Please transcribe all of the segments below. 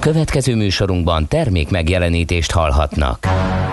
Következő műsorunkban termék megjelenítést hallhatnak.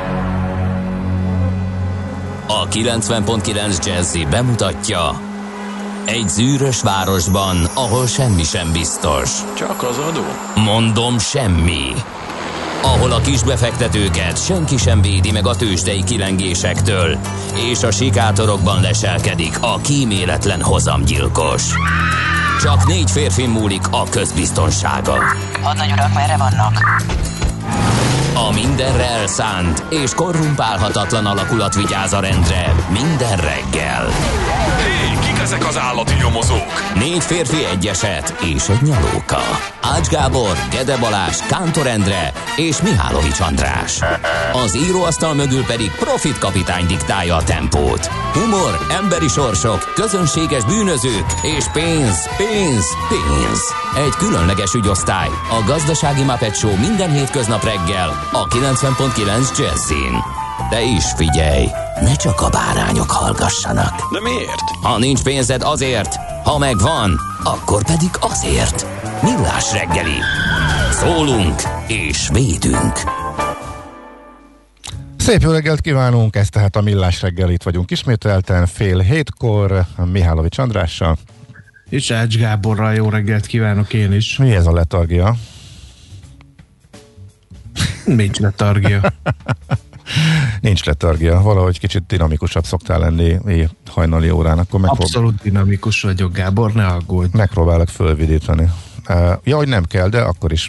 A 90.9 Jazzy bemutatja: egy zűrös városban, ahol semmi sem biztos. Csak az adó? Mondom, semmi. Ahol a kisbefektetőket senki sem védi meg a tőzsdei kilengésektől, és a sikátorokban leselkedik a kíméletlen hozamgyilkos. Csak 4 férfi múlik a közbiztonsága. Hadnagy urak, merre vannak? A mindenre elszánt és korrumpálhatatlan alakulat vigyáz a rendre minden reggel. Hé, kik ezek az állati nyomozók? 4 férfi, egy eset és egy nyalóka. Ács Gábor, Gede Balázs, Kántor Endre és Mihálovics András. Az íróasztal mögül pedig Profit kapitány diktálja a tempót. Humor, emberi sorsok, közönséges bűnözők és pénz, pénz, pénz. Egy különleges ügyosztály, a Gazdasági Muppet Show minden hétköznap reggel a 90.9 Jazzyn. De is figyelj, ne csak a bárányok hallgassanak. De miért? Ha nincs pénzed, azért, ha megvan, akkor pedig azért. Millás reggeli. Szólunk és védünk. Szép jó reggelt kívánunk, ez tehát a Millás reggel, itt vagyunk ismételten 6:30 Mihálovics Andrással. És Ács Gáborral jó reggelt kívánok én is. Mi ez a letargia? Nincs letargia. Nincs letargia, valahogy kicsit dinamikusabb szoktál lenni hajnali órán. Akkor Abszolút dinamikus vagyok, Gábor, ne aggódj. Megpróbálok fölvidítani. Ja, hogy nem kell, de akkor is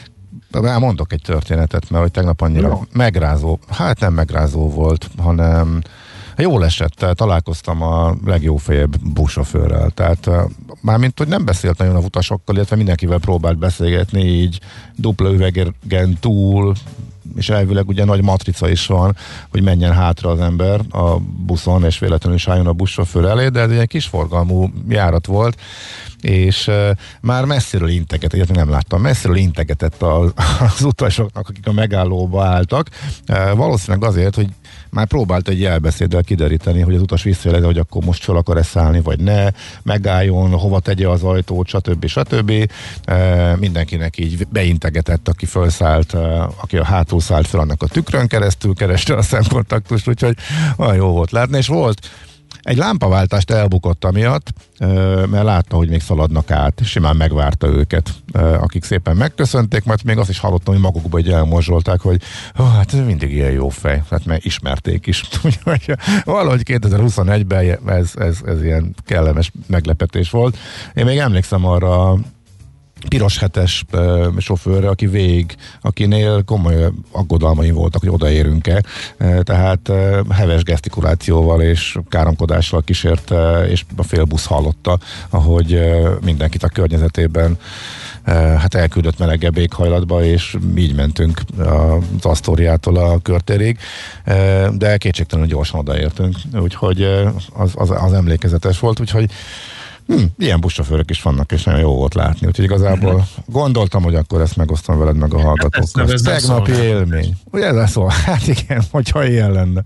mondok egy történetet, mert hogy tegnap annyira megrázó, hát nem megrázó volt, hanem jól esett, találkoztam a legjófejebb buszsofőrrel, tehát mármint, hogy nem beszélt nagyon a utasokkal, illetve mindenkivel próbált beszélgetni, így dupla üvegen túl, és elvileg ugye nagy matrica is van, hogy menjen hátra az ember a buszon, és véletlenül is álljon a buszsofőr elé, de ez egy kisforgalmú járat volt, és már messziről integetett, illetve nem láttam, messziről integetett az utasoknak, akik a megállóba álltak, valószínűleg azért, hogy már próbált egy jelbeszéddel kideríteni, hogy az utas visszajelezze, hogy akkor most fel akar-e szállni, vagy ne, megálljon, hova tegye az ajtót, stb. Mindenkinek így beintegetett, aki felszállt, aki a hátul szállt fel, annak a tükrön keresztül kereste a szemkontaktust, úgyhogy olyan jó volt látni, és volt egy lámpaváltást elbukott amiatt, mert látta, hogy még szaladnak át, és simán megvárta őket, akik szépen megköszönték, majd még azt is hallottam, hogy magukba így elmorzsolták, hogy hát ez mindig ilyen jó fej, hát mert ismerték is. Úgyhogy valahogy 2021-ben ez ilyen kellemes meglepetés volt. Én még emlékszem arra a piros hetes sofőrre, akinél komoly aggodalmaim voltak, hogy odaérünk-e. Tehát heves gesztikulációval és káromkodással kísért, és a félbusz hallotta, ahogy mindenkit a környezetében hát elküldött melegebb éghajlatba, és így mentünk az Asztóriától a Körtérig, de kétségtelenül gyorsan odaértünk, úgyhogy az emlékezetes volt, úgyhogy ilyen buszsofőrök is vannak, és nagyon jó volt látni. Úgyhogy igazából gondoltam, hogy akkor ezt megosztom veled meg a hallgatókkal. Ez tegnapi élmény. Ugye ez szól? Hát igen, hogyha ilyen lenne.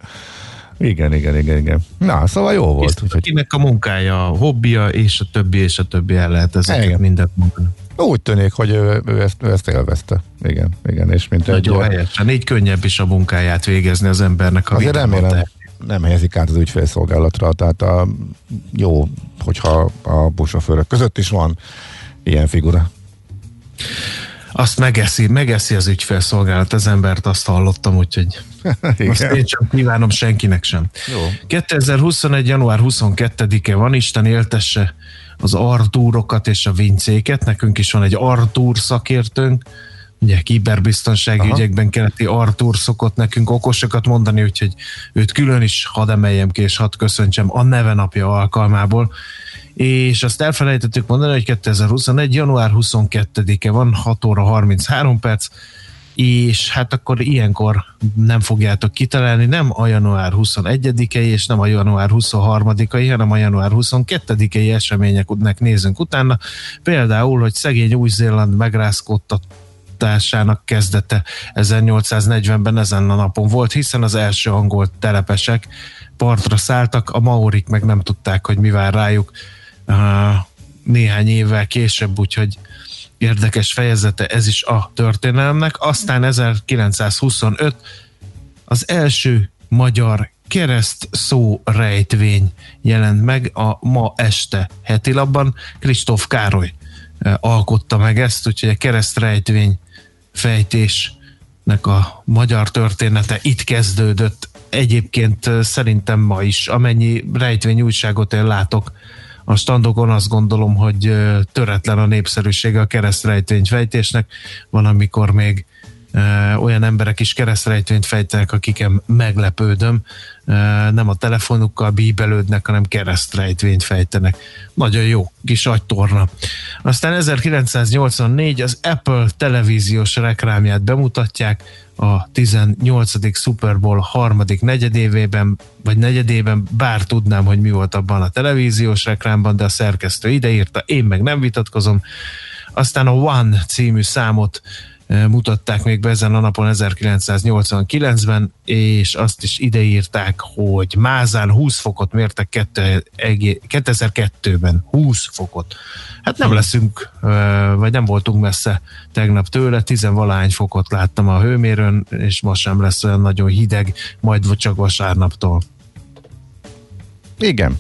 Igen. Na, szóval jó volt. Úgyhogy... Akinek a munkája, a hobbija, és a többi el lehet ezeket mindent mondani. Úgy tűnik, hogy ő ezt élvezte. Igen. És mint nagyon helyesen. Így könnyebb is a munkáját végezni az embernek. Azért remélem, nem helyezik át az ügyfélszolgálatra, tehát jó, hogyha a buszsofőrök között is van ilyen figura. Azt megeszi az ügyfélszolgálat az embert, azt hallottam, úgyhogy azt én sem kívánom senkinek sem. Jó. 2021. január 22-e van, Isten éltesse az Artúrokat és a Vincéket, nekünk is van egy Artúr szakértőnk, ugye kiberbiztonsági ügyekben keleti Artúr szokott nekünk okosokat mondani, úgyhogy őt külön is hadd emeljem ki, és hadd köszöntsem a neve napja alkalmából. És azt elfelejtettük mondani, hogy 2021. január 22-e van, 6 óra 33 perc, és hát akkor ilyenkor nem fogjátok kitalálni, nem a január 21-i és nem a január 23-ai, hanem a január 22-i eseményeknek nézünk utána. Például, hogy szegény Új-Zéland megrázkódtatásának kezdete 1840-ben ezen a napon volt, hiszen az első angol telepesek partra szálltak, a maorik meg nem tudták, hogy mi vár rájuk néhány évvel később, úgyhogy érdekes fejezete ez is a történelemnek. Aztán 1925 az első magyar kereszt szó rejtvény jelent meg a Ma Este hetilapban. Kristóf Károly alkotta meg ezt, úgyhogy a keresztrejtvény fejtésnek a magyar története itt kezdődött. Egyébként szerintem ma is, amennyi rejtvény újságot én látok a standokon, azt gondolom, hogy töretlen a népszerűsége a keresztrejtvény fejtésnek. Van, amikor még olyan emberek is keresztrejtvényt fejtenek, akiken meglepődöm, nem a telefonukkal bíbelődnek, hanem keresztrejtvényt fejtenek. Nagyon jó kis agytorna. Aztán 1984 az Apple televíziós reklámját bemutatják a 18. Super Bowl harmadik negyedében, bár tudnám, hogy mi volt abban a televíziós reklámban, de a szerkesztő ideírta, én meg nem vitatkozom. Aztán a One című számot mutatták még be ezen a napon 1989-ben, és azt is ideírták, hogy Mázán 20 fokot mértek 2002-ben. 20 fokot. Hát nem leszünk, vagy nem voltunk messze tegnap tőle, 10-valahány fokot láttam a hőmérőn, és ma sem lesz olyan nagyon hideg, majd csak vasárnaptól. Igen.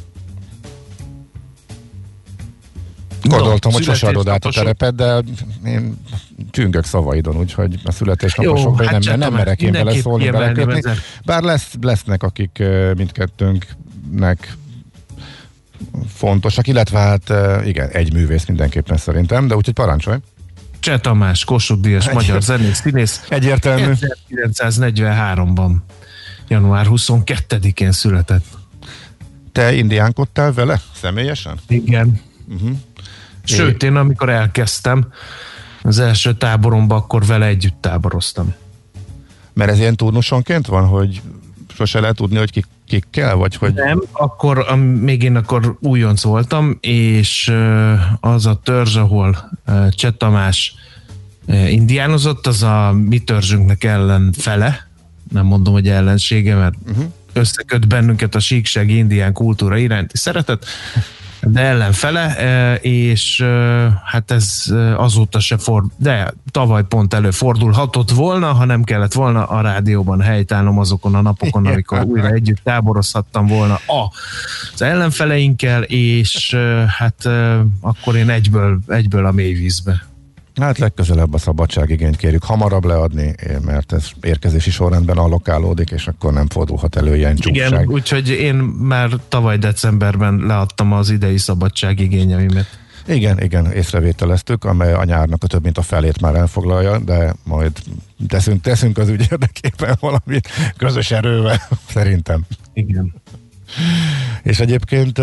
Gondoltam, hogy sose adod át a terepet, de én csüngök szavaidon, úgyhogy a születésnaposokra hát nem merek én beleszólni, belekötni. Bár lesznek, akik mindkettőnknek fontosak, illetve hát igen, egy művész mindenképpen szerintem, de úgyhogy parancsolj. Cseh Tamás, Kossuth Díjas, magyar zenész, színész. Egyértelmű. 1943-ban, január 22-én született. Te indiánkodtál vele személyesen? Igen. Sőt, én amikor elkezdtem az első táboromba, akkor vele együtt táboroztam. Mert ez ilyen turnusonként van, hogy sose lehet tudni, hogy kikkel, vagy hogy... Nem, akkor még én akkor újonc voltam, és az a törzs, ahol Cseh Tamás indiánozott, az a mi törzsünknek ellenfele, nem mondom, hogy ellensége, mert összeköt bennünket a síksági indián kultúra iránti szeretet, de ellenfele, és hát ez azóta se de tavaly pont előfordulhatott volna, ha nem kellett volna a rádióban helytállnom azokon a napokon, amikor újra együtt táborozhattam volna az ellenfeleinkkel, és hát akkor én egyből a mélyvízbe. Hát legközelebb a szabadságigényt kérjük hamarabb leadni, mert ez érkezési sorrendben allokálódik, és akkor nem fordulhat elő ilyen csúfság. Igen, úgyhogy én már tavaly decemberben leadtam az idei szabadságigényeimet. Igen, észrevételeztük, amely a nyárnak a több mint a felét már elfoglalja, de majd teszünk az ügy érdekében valamit közös erővel, szerintem. Igen. És egyébként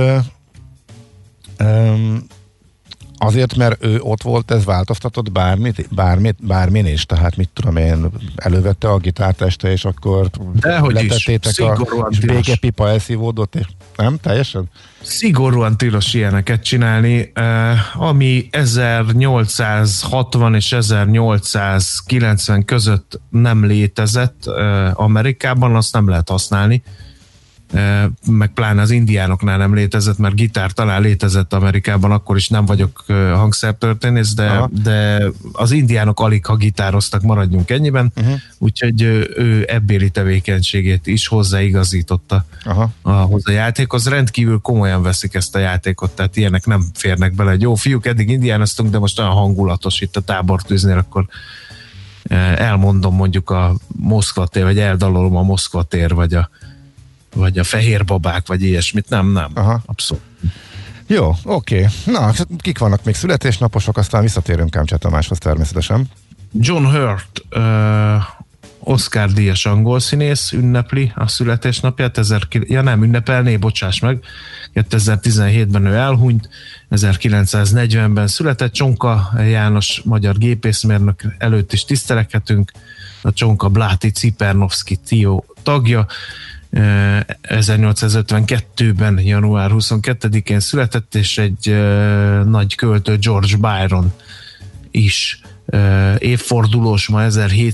azért, mert ő ott volt, ez változtatott bármin is, tehát mit tudom én, elővette a gitárt este, és akkor letettétek és békepipa elszívódott, és nem? Teljesen? Szigorúan tilos ilyeneket csinálni, ami 1860 és 1890 között nem létezett Amerikában, azt nem lehet használni, meg pláne az indiánoknál nem létezett, mert gitár talán létezett Amerikában, akkor is nem vagyok hangszertörténész, de az indiánok alig ha gitároztak, maradjunk ennyiben, úgyhogy ő ebbéli tevékenységét is hozzáigazította ahhoz a játékhoz. Rendkívül komolyan veszik ezt a játékot, tehát ilyenek nem férnek bele. Jó, fiúk, eddig indiánoztunk, de most olyan hangulatos itt a tábortűznél, akkor elmondom mondjuk a Moszkva tér, vagy eldalolom a Moszkva tér, vagy a fehér babák, vagy ilyesmit. Nem. Abszolút. Jó, oké. Na, kik vannak még születésnaposok, aztán visszatérünk ám Cseh Tamáshoz természetesen. John Hurt, Oscar díjas angol színész ünnepli a születésnapját, ünnepelné, bocsáss meg, 2017-ben ő elhunyt, 1940-ben született, Csonka János magyar gépészmérnök előtt is tisztelekhetünk, a Csonka Bláti Cipernovszky Tio tagja, 1852-ben január 22-én született, és egy nagy költő, George Byron is évfordulós, ma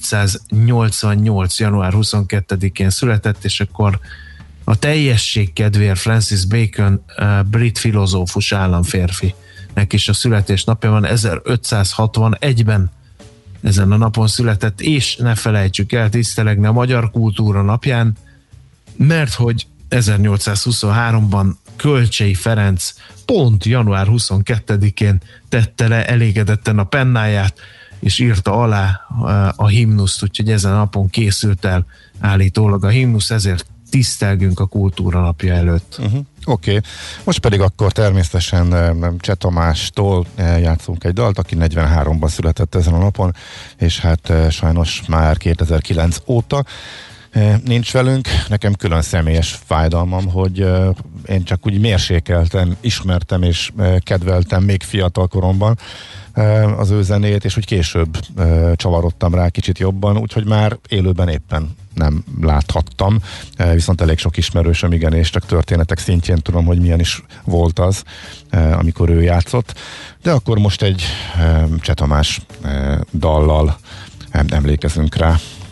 1788. január 22-én született, és akkor a teljesség kedvéért Francis Bacon, brit filozófus, államférfi is a születésnapja van, 1561-ben ezen a napon született, és ne felejtsük el tisztelegni a Magyar Kultúra napján, mert hogy 1823-ban Kölcsey Ferenc pont január 22-én tette le elégedetten a pennáját, és írta alá a himnuszt, úgyhogy ezen a napon készült el állítólag a himnusz, ezért tisztelgünk a Kultúra napja előtt. Oké. Most pedig akkor természetesen Cseh Tamástól játszunk egy dalt, aki 43-ban született ezen a napon, és hát sajnos már 2009 óta nincs velünk. Nekem külön személyes fájdalmam, hogy én csak úgy mérsékelten ismertem és kedveltem még fiatal koromban az ő zenét, és úgy később csavarodtam rá kicsit jobban, úgyhogy már élőben éppen nem láthattam, viszont elég sok ismerősöm, igen, és csak történetek szintjén tudom, hogy milyen is volt az, amikor ő játszott. De akkor most egy Cseh Tamás dallal emlékezünk rá.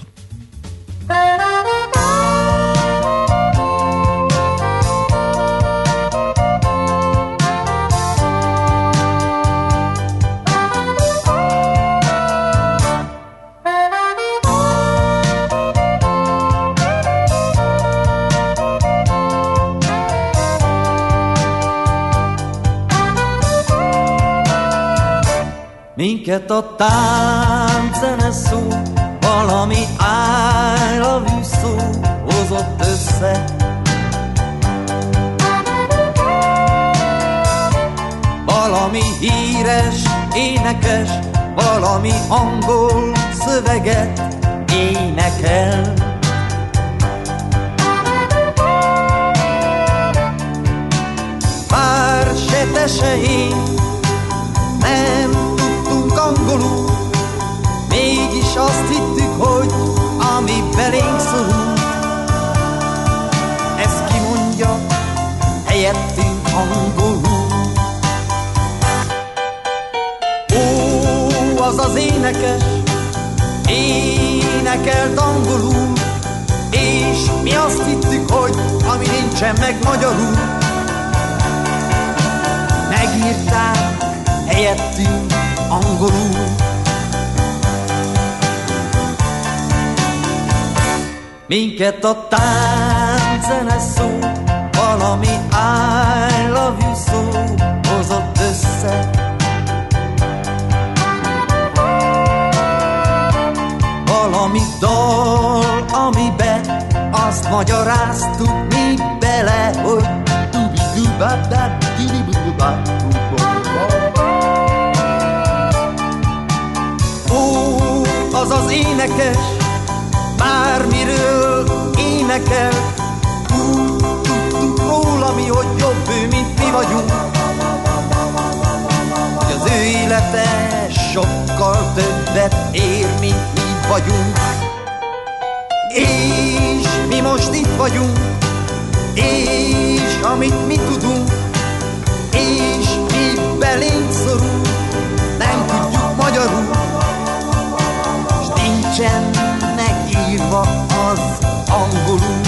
Minket a tánczene szó, valami I love you szó hozott össze. Valami híres, énekes, valami angol szöveget énekel. Bár se te se én nem angolul, mégis azt hittük, hogy ami belénk szól, ezt kimondja helyettünk angolul. Ó, az az énekes énekelt angolul, és mi azt hittük, hogy ami nincsen meg magyarul, megírták helyettünk angolul. Minket a tánczene szó, valami I love you szó hozott össze. Valami dal, amiben azt magyaráztuk mi bele, hogy az az énekes, bármiről énekel, tudtuk róla mi, hogy jobb ő, mint mi vagyunk, hogy az ő élete sokkal többet ér, mint mi vagyunk. És mi most itt vagyunk, és amit mi tudunk, és mi belénk szorul, nem tudjuk magyarul, nincsen megírva az angolul.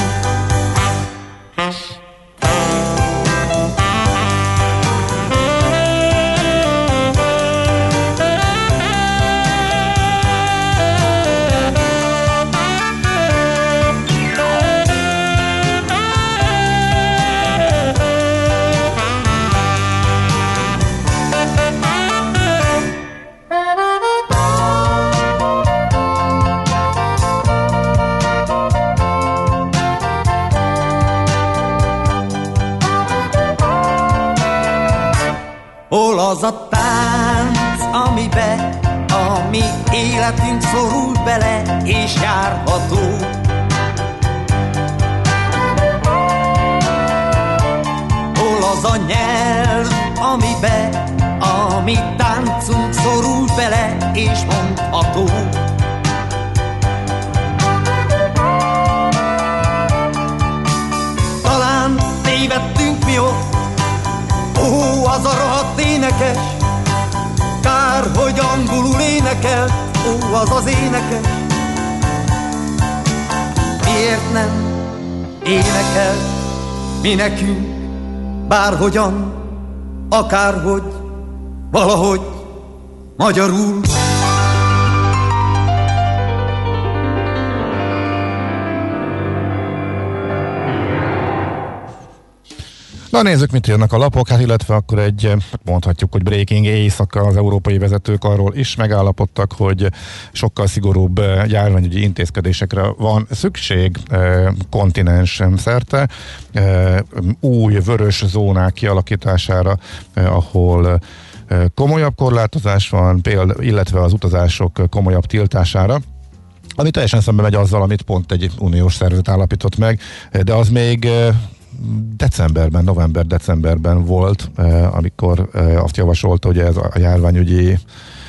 Hol az a tánc, amibe a mi életünk szorul bele és járható? Hol az a nyelv, amibe a mi táncunk szorul bele és mondható? Talán tévedtünk mi ott, ó, az a rohadt énekes, kár, hogy angolul énekel, ó, az az énekes. Miért nem énekel mi nekünk, bárhogyan, akárhogy valahogy magyarul. Na nézzük, mit írnak a lapok, hát illetve akkor mondhatjuk, hogy breaking éjszaka az európai vezetők arról is megállapodtak, hogy sokkal szigorúbb járványügyi intézkedésekre van szükség kontinens szerte, új vörös zónák kialakítására, ahol komolyabb korlátozás van, illetve az utazások komolyabb tiltására, ami teljesen szembe megy azzal, amit pont egy uniós szervezet állapított meg, de az még november-decemberben volt, amikor azt javasolta, hogy ez a járványügyi,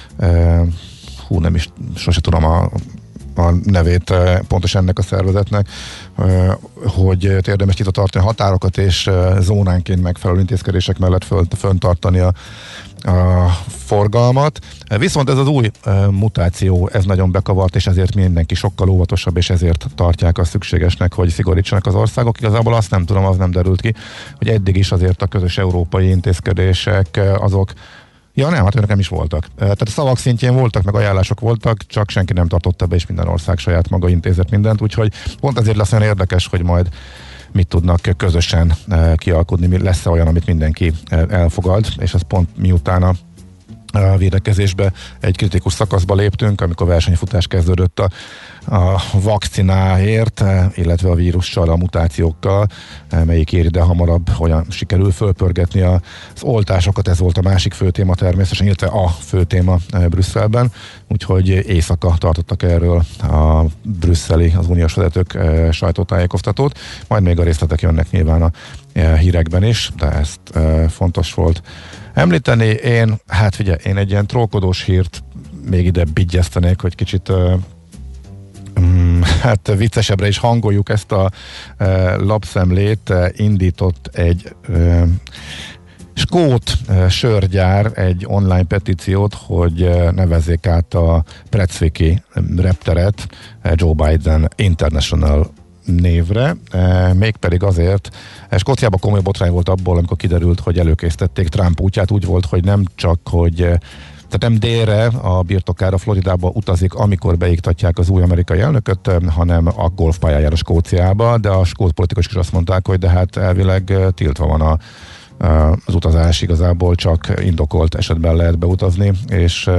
sose tudom a nevét pontosan ennek a szervezetnek, hogy érdemes nyitva tartani a határokat, és zónánként megfelelő intézkedések mellett föntartani a forgalmat. Viszont ez az új mutáció, ez nagyon bekavart, és ezért mindenki sokkal óvatosabb, és ezért tartják azt szükségesnek, hogy szigorítsanak az országok. Igazából azt nem tudom, az nem derült ki, hogy eddig is azért a közös európai intézkedések azok hát ők nem is voltak. Tehát a szavak szintjén voltak, meg ajánlások voltak, csak senki nem tartotta be, és minden ország saját maga intézett mindent, úgyhogy pont ezért lesz olyan érdekes, hogy majd mit tudnak közösen kialkudni, lesz-e olyan, amit mindenki elfogad, és ez pont miután a védekezésbe egy kritikus szakaszba léptünk, amikor versenyfutás kezdődött a vakcináért, illetve a vírussal, a mutációkkal, melyik ér ide hamarabb, hogyan sikerül fölpörgetni az oltásokat, ez volt a másik fő téma természetesen, illetve a fő téma Brüsszelben, úgyhogy éjszaka tartottak erről a brüsszeli, az uniós vezetők sajtótájékoztatót, majd még a részletek jönnek nyilván a hírekben is, de ezt fontos volt említeni. Én egy ilyen trollkodós hírt még ide bigyesztenék, hogy kicsit viccesebbre is hangoljuk ezt a lapszemlét. Indított egy skót sörgyár egy online petíciót, hogy nevezzék át a Predzviki repteret Joe Biden International névre, mégpedig azért, Skóciában komoly botrány volt abból, amikor kiderült, hogy előkészítették Trump útját, úgy volt, hogy nem csak, hogy tehát nem délre, a birtokára, Floridába utazik, amikor beiktatják az új amerikai elnököt, hanem a golfpályájára Skóciába, de a skót politikusok is azt mondták, hogy de hát elvileg tiltva van az utazás, igazából csak indokolt esetben lehet beutazni, és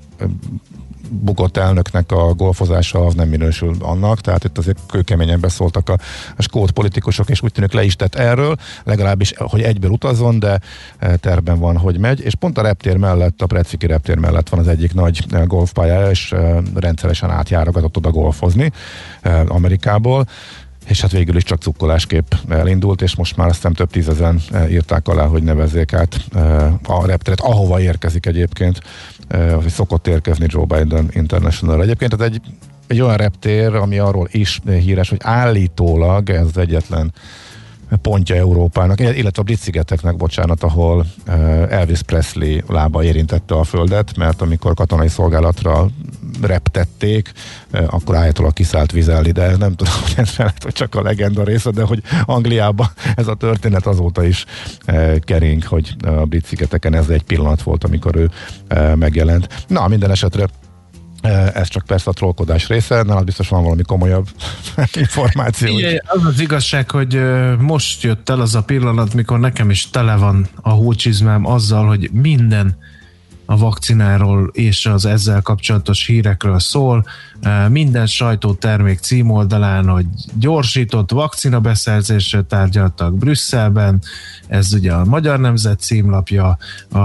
bukott elnöknek a golfozása az nem minősül annak, tehát itt azért kőkeményen beszóltak a skót politikusok, és úgy tűnik le is tett erről, legalábbis, hogy egyből utazzon, de tervben van, hogy megy, és pont a reptér mellett, a Predzviki reptér mellett van az egyik nagy golfpályája, és rendszeresen átjárogatott oda golfozni Amerikából, és hát végül is csak cukkolásképp elindult, és most már azt hiszem több tízezren írták alá, hogy nevezzék át a repteret, ahova érkezik egyébként, hogy szokott érkezni Joe Biden International. Egyébként ez egy olyan reptér, ami arról is híres, hogy állítólag ez az egyetlen pontja Európának, illetve a Brit-szigeteknek, bocsánat, ahol Elvis Presley lába érintette a földet, mert amikor katonai szolgálatra reptették, akkor állítólag kiszállt vizelni, de nem tudom, hogy ez felett, hogy csak a legenda része, de hogy Angliában ez a történet azóta is kering, hogy a Brit-szigeteken ez egy pillanat volt, amikor ő megjelent. Na, minden esetre ez csak persze a trollkodás része, de az biztos van valami komolyabb információ. Igen, az az igazság, hogy most jött el az a pillanat, mikor nekem is tele van a hócsizmám azzal, hogy minden a vakcináról és az ezzel kapcsolatos hírekről szól. Minden sajtótermék címoldalán, hogy gyorsított vakcina beszerzésre tárgyaltak Brüsszelben, ez ugye a Magyar Nemzet címlapja,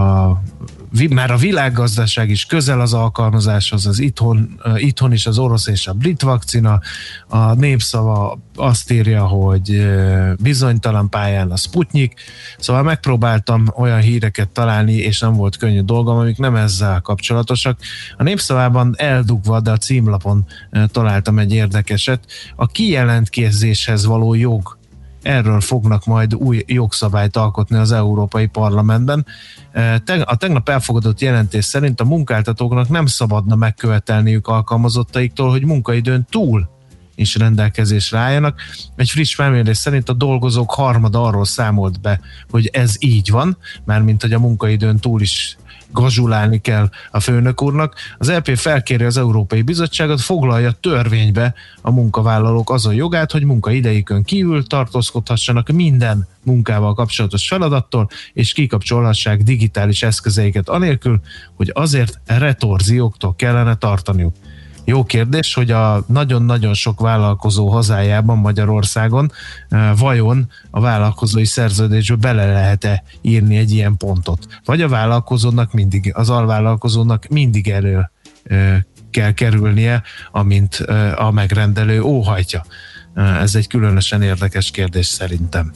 már a világgazdaság is közel az alkalmazáshoz, az itthon is az orosz és a brit vakcina, a Népszava azt írja, hogy bizonytalan pályán a Sputnik, szóval megpróbáltam olyan híreket találni, és nem volt könnyű dolgom, amik nem ezzel kapcsolatosak. A Népszavában eldugva, de a címlapon találtam egy érdekeset, a kijelentkezéshez való jog. Erről fognak majd új jogszabályt alkotni az Európai Parlamentben. A tegnap elfogadott jelentés szerint a munkáltatóknak nem szabadna megkövetelniük alkalmazottaiktól, hogy munkaidőn túl is rendelkezésre álljanak. Egy friss felmérés szerint a dolgozók harmada arról számolt be, hogy ez így van, mármint hogy a munkaidőn túl is gazsulálni kell a főnök úrnak. Az EP felkéri az Európai Bizottságot, foglalja törvénybe a munkavállalók azon jogát, hogy munkaidejükön kívül tartózkodhassanak minden munkával kapcsolatos feladattól, és kikapcsolhassák digitális eszközeiket anélkül, hogy azért retorzióktól kellene tartaniuk. Jó kérdés, hogy a nagyon-nagyon sok vállalkozó hazájában, Magyarországon vajon a vállalkozói szerződésbe bele lehet-e írni egy ilyen pontot? Vagy a vállalkozónak mindig, az alvállalkozónak mindig elő kell kerülnie, amint a megrendelő óhajtja. Ez egy különösen érdekes kérdés szerintem.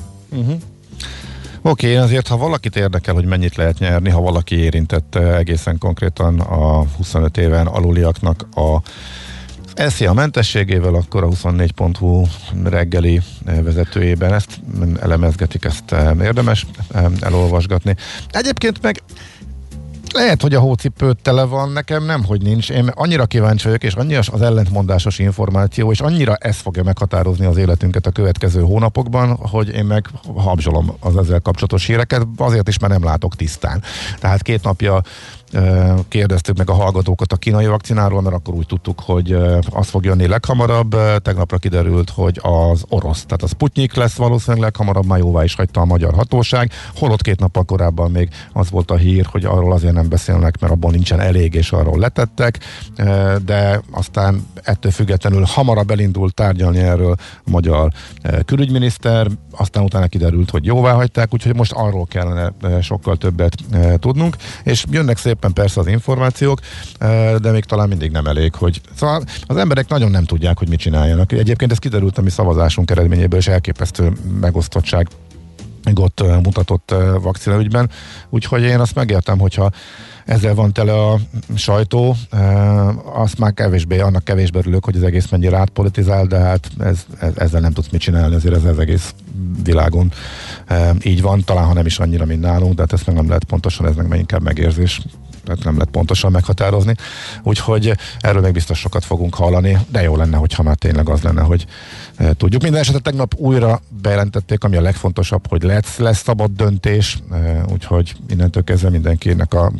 Oké, azért ha valakit érdekel, hogy mennyit lehet nyerni, ha valaki érintett egészen konkrétan a 25 éven aluliaknak a SZIA mentességével, akkor a 24.hu reggeli vezetőjében ezt elemezgetik, ezt érdemes elolvasgatni. Egyébként meg lehet, hogy a hócipő tele van, nekem nem, hogy nincs. Én annyira kíváncsi vagyok, és annyira az ellentmondásos információ, és annyira ez fogja meghatározni az életünket a következő hónapokban, hogy én meg habzsolom az ezzel kapcsolatos híreket, azért is, mert nem látok tisztán. Tehát 2 napja kérdeztük meg a hallgatókat a kínai vakcináról, mert akkor úgy tudtuk, hogy az fog jönni leghamarabb. Tegnapra kiderült, hogy az orosz, tehát a Sputnik lesz valószínűleg leghamarabb, már jóvá is hagyta a magyar hatóság. Holott 2 nappal korábban még az volt a hír, hogy arról azért nem beszélnek, mert abban nincsen elég, és arról letettek, de aztán ettől függetlenül hamarabb elindult tárgyalni erről a magyar külügyminiszter, aztán utána kiderült, hogy jóvá hagyták, úgyhogy most arról kellene sokkal többet tudnunk, és jönnek szépen persze az információk, de még talán mindig nem elég, hogy szóval az emberek nagyon nem tudják, hogy mit csináljanak. Egyébként ez kiderült a mi szavazásunk eredményéből, és elképesztő megosztottság mutatott vakcinaügyben, úgyhogy én azt megértem, hogyha ezzel van tele a sajtó, azt már annak kevésbé örülök, hogy az egész mennyire átpolitizál, de hát ezzel nem tudsz mit csinálni, azért ez az egész világon így van, talán ha nem is annyira, mint nálunk, de hát ezt meg nem lehet pontosan, ez meg inkább megérzés, tehát nem lehet pontosan meghatározni, úgyhogy erről még biztos sokat fogunk hallani, de jó lenne, hogyha már tényleg az lenne, hogy tudjuk. Minden esetre tegnap újra bejelentették, ami a legfontosabb, hogy lesz szabad döntés, úgyhogy innentől kezdve mindenkinek a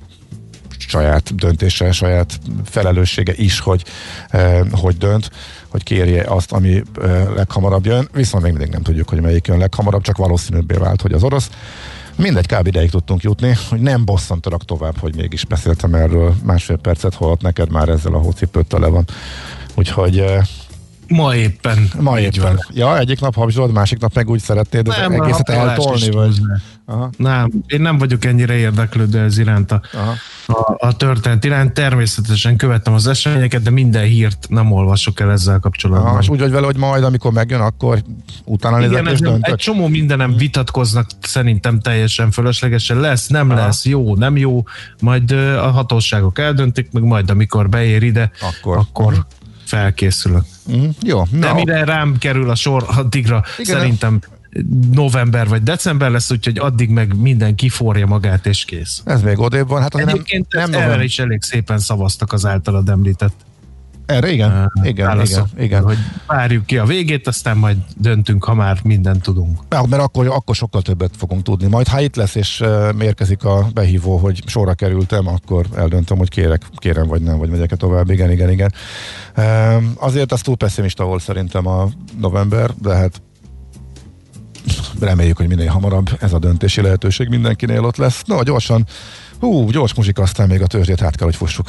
saját döntése, saját felelőssége is, hogy dönt, hogy kérje azt, ami leghamarabb jön, viszont még mindig nem tudjuk, hogy melyik jön leghamarabb, csak valószínűbbé vált, hogy az orosz. Mindegy, kb. Ideig tudtunk jutni, hogy nem bosszantalak tovább, hogy mégis beszéltem erről 1,5 percet, holott neked már ezzel a hócipőt tele van. Úgyhogy Ma éppen. Ja, egyik nap habzsolod, másik nap meg úgy szeretnéd az egészet eltolni, vagy? Aha. Nem, én nem vagyok ennyire érdeklődő ez iránt a történet iránt. Természetesen követtem az eseményeket, de minden hírt nem olvasok el ezzel kapcsolatban. És úgy vagy vele, hogy majd, amikor megjön, akkor utána nézek és döntök. Egy csomó mindenem vitatkoznak, szerintem teljesen fölöslegesen. Lesz, nem lesz, jó, nem jó, majd a hatóságok eldöntik, meg majd amikor beér ide, akkor felkészülök. Jó. De mire rám kerül a sor, addigra igen, szerintem november vagy december lesz, úgyhogy addig meg minden kiforja magát és kész. Ez még odébb van. Hát egyébként nem erre is elég szépen szavaztak az általad említett. Erre igen. Hogy várjuk ki a végét, aztán majd döntünk, ha már mindent tudunk. Mert akkor sokkal többet fogunk tudni. Majd ha itt lesz és érkezik a behívó, hogy sorra kerültem, akkor eldöntöm, hogy kérem vagy nem, vagy megyek tovább. Igen. Azért az túl pessimista volt szerintem a november, de hát reméljük, hogy minél hamarabb ez a döntési lehetőség mindenkinél ott lesz. No, gyorsan, gyors muzsika, aztán még a törzsét át kell, hogy fussuk.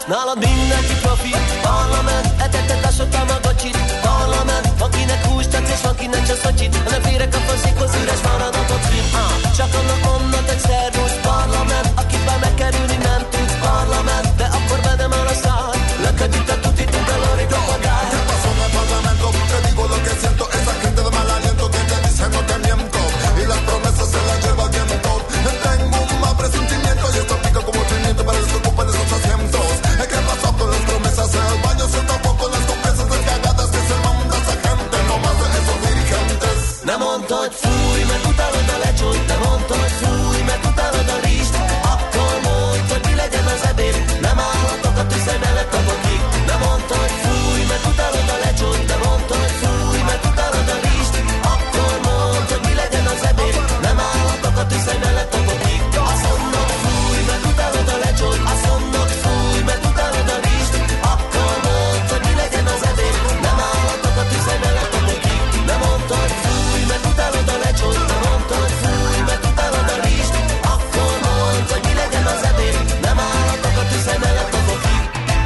nálad mindenki profi. Parlament, etettek a sotamagocsit. Parlament, akinek húst tetsz és akinek csak szocsit. A nem férek a faszékhoz, üres marad a kocsi. Csak annak onnat egy szervusz. Parlament, akiben megkerülni nem tudsz. Parlament, de akkor bedem el a szád. Lököd itt a tutit, a dolori propagál. ¿Qué pasó en el parlamento? Te digo lo que siento. Esa gente de mal aliento que te dice no te miento. Y las promesas se las lleva el viento. Tengo un mal presentimiento y esto pica como pimiento para los que ocupan esos asientos. ¿Qué pasó con las promesas? El baño se tapó con las compresas descagadas que se manda esa gente. No más de esos dirigentes. Nem mondta, hogy fúj, mert utálod a lecsót. Nem mondta, hogy fúj, mert utálod a rizst. Akkor mondd, hogy mi legyen az ebéd. Nem állhatok a tüzem mellett a bokig. Nem mondta, hogy fúj, mert utálod a lecsót. Nem mondta, hogy fúj, mert utálod a rizst. Akkor mondd, hogy mi legyen az ebéd. Nem állhatok a tüzem mellett a bokig. Azt mondod, fúj, mert utálod a lecsót. Azt mondod, fúj, mert utálod a rizst. Akkor mondd, hogy mi legyen az ebéd. Nem állhatok a tüzem mellett a bokig. Nem mondta, hogy fúj, mert utálod a lecsót. Nem mondta, hogy fúj, mert utálod a rizst. Akkor mondd, hogy mi legyen az ebéd. Nem állhatok a tüzem mellett a bokig.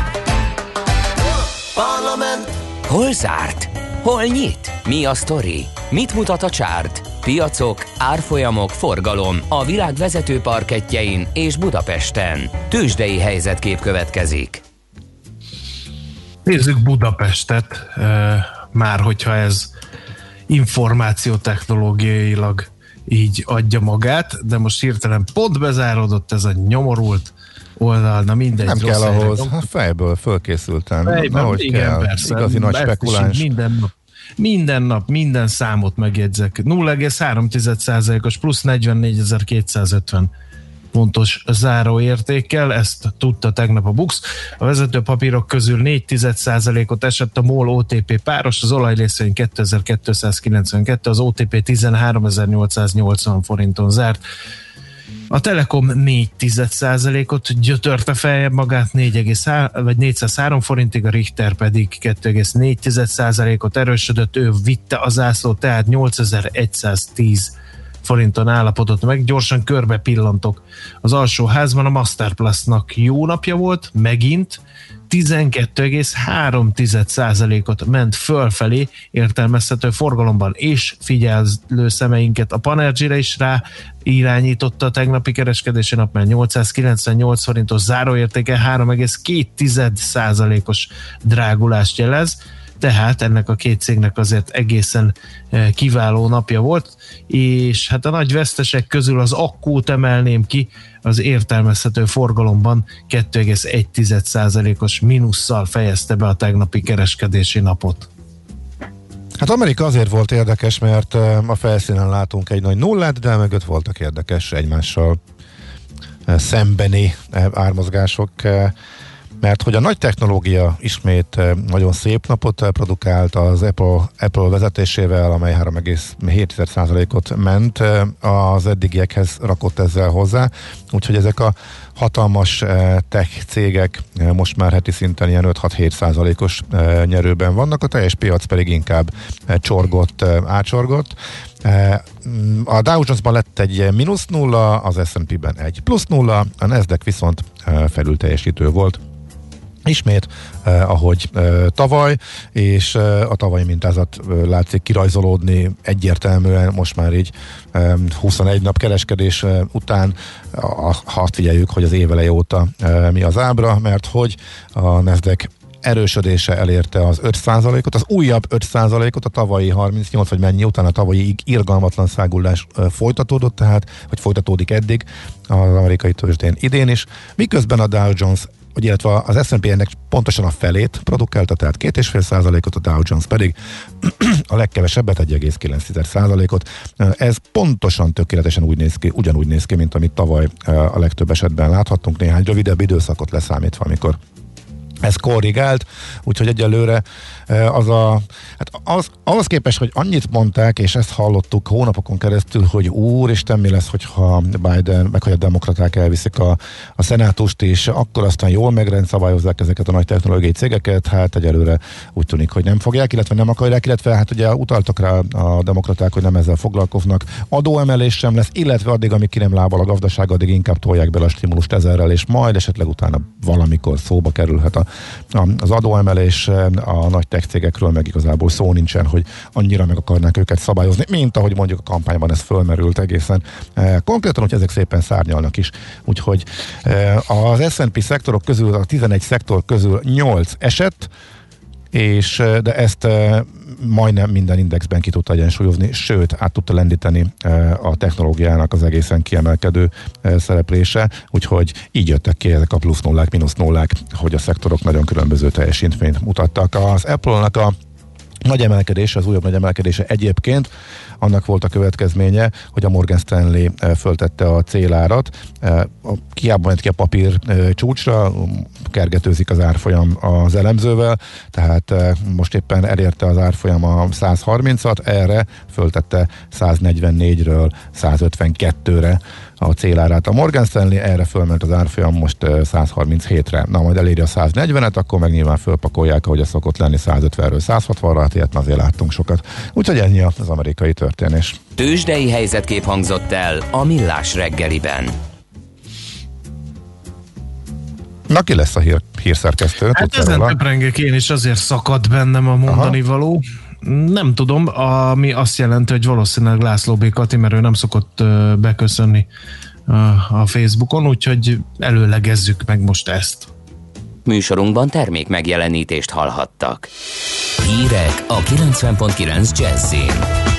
Parlament. Hol zárt? Hol nyit? Mi a sztori? Mit mutat a csárt? Piacok, árfolyamok, forgalom a világ vezető parkettjein és Budapesten. Tőzsdei helyzetkép következik. Nézzük Budapestet, már hogyha ez információtechnológiailag így adja magát, de most hirtelen pont bezáródott ez a nyomorult oldal, na mindegy. Nem kell ahhoz, fejből fölkészültem. Fejben, igen, kell. Persze. Igazi nagy spekuláns. Minden nap, minden számot megjegyzek. 0,3%-os plusz 44.250 pontos záróértékkel, ezt tudta tegnap a BUX. A vezető papírok közül 0,4%-ot esett a MOL OTP páros, az olajrészvény 2292, az OTP 13.880 forinton zárt. A Telekom 0,4%-ot gyötörte feljebb magát 403 forintig, a Richter pedig 2,4%-ot erősödött, ő vitte a zászlót, tehát 8110 forinton állapodott meg. Gyorsan körbe pillantok az alsóházban, a Masterplastnak jó napja volt, megint 12,3%-ot ment fölfelé értelmezhető forgalomban, és figyelő szemeinket a Panergyre is rá irányította a tegnapi kereskedési nap, mert 898 forintos záróértéke 3,2%-os drágulást jelez, tehát ennek a két cégnek azért egészen kiváló napja volt, és hát a nagy vesztesek közül az Akkót emelném ki, az értelmezhető forgalomban 2,1%-os mínusszal fejezte be a tegnapi kereskedési napot. Hát Amerika azért volt érdekes, mert a felszínen látunk egy nagy nullát, de mögött voltak érdekes egymással szembeni ármozgások, mert hogy a nagy technológia ismét nagyon szép napot produkált az Apple vezetésével, amely 3,7%-ot ment, az eddigiekhez rakott ezzel hozzá, úgyhogy ezek a hatalmas tech cégek most már heti szinten ilyen 5-6-7%-os nyerőben vannak, a teljes piac pedig inkább átcsorgott. A Dow Jones-ban lett egy -0, az S&P-ben egy +0, a Nasdaq viszont felülteljesítő volt. Ismét, ahogy tavaly, és a tavalyi mintázat látszik kirajzolódni egyértelműen, most már így 21 nap kereskedés után, ha azt figyeljük, hogy az éveleje óta mi az ábra, mert hogy a Nasdaq erősödése elérte az 5%-ot, az újabb 5%-ot, a tavalyi 38 vagy mennyi után a tavalyi irgalmatlan száguldás folytatódott, tehát, vagy folytatódik eddig az amerikai tőzsdén idén is, miközben a Dow Jones, illetve az S&P-nek pontosan a felét produkálta, tehát 2,5%-ot, a Dow Jones pedig a legkevesebbet, 1,9%-ot. Ez pontosan tökéletesen ugyanúgy néz ki, mint amit tavaly a legtöbb esetben láthattunk, néhány rövidebb időszakot leszámítva, amikor ez korrigált, úgyhogy egyelőre ahhoz képest, hogy annyit mondták, és ezt hallottuk hónapokon keresztül, hogy úristen, mi lesz, hogyha Biden, meg hogy a demokraták elviszik a szenátust, és akkor aztán jól megrendszabályozzák ezeket a nagy technológiai cégeket, hát egyelőre úgy tűnik, hogy nem fogják, illetve nem akarják, illetve hát ugye utaltak rá a demokraták, hogy nem ezzel foglalkoznak. Adóemelés sem lesz, illetve addig, amíg ki nem lábal a gazdaság, addig inkább tolják bele a stimulust ezerrel, és majd esetleg utána valamikor szóba kerülhet az adóemelés. A nagy tech cégekről meg igazából szó nincsen, hogy annyira meg akarnák őket szabályozni, mint ahogy mondjuk a kampányban ez fölmerült egészen konkrétan, hogy ezek szépen szárnyalnak is. Úgyhogy az S&P szektorok közül, a 11 szektor közül 8 esett, de ezt majdnem minden indexben ki tudta egyensúlyozni, sőt, át tudta lendíteni a technológiának az egészen kiemelkedő szereplése, úgyhogy így jöttek ki ezek a plusz nullák, mínusz nullák, hogy a szektorok nagyon különböző teljesítményt mutattak. Az Apple-nak a nagy emelkedése, az újabb nagy emelkedése egyébként annak volt a következménye, hogy a Morgan Stanley föltette a célárat. Hiába ment ki a papír csúcsra, kergetőzik az árfolyam az elemzővel, tehát most éppen elérte az árfolyam a 130-at, erre föltette 144-ről 152-re a célárát. A Morgan Stanley erre fölment az árfolyam most 137-re. Na, majd eléri a 140-et, akkor meg nyilván fölpakolják, ahogy ez szokott lenni 150-ről 160-ra, hát ilyet azért láttunk sokat. Úgyhogy ennyi az amerikai történés. Tőzsdei helyzetkép hangzott el a Millás reggeliben. Na, ki lesz a hírszerkesztő? Hát ezen töprengek én is, azért szakadt bennem a mondani való. Nem tudom, ami azt jelenti, hogy valószínűleg László B. Kati, mert ő nem szokott beköszönni a Facebookon, úgyhogy előlegezzük meg most ezt. Műsorunkban termék megjelenítést hallhattak. Hírek a 90.9 Jazzin.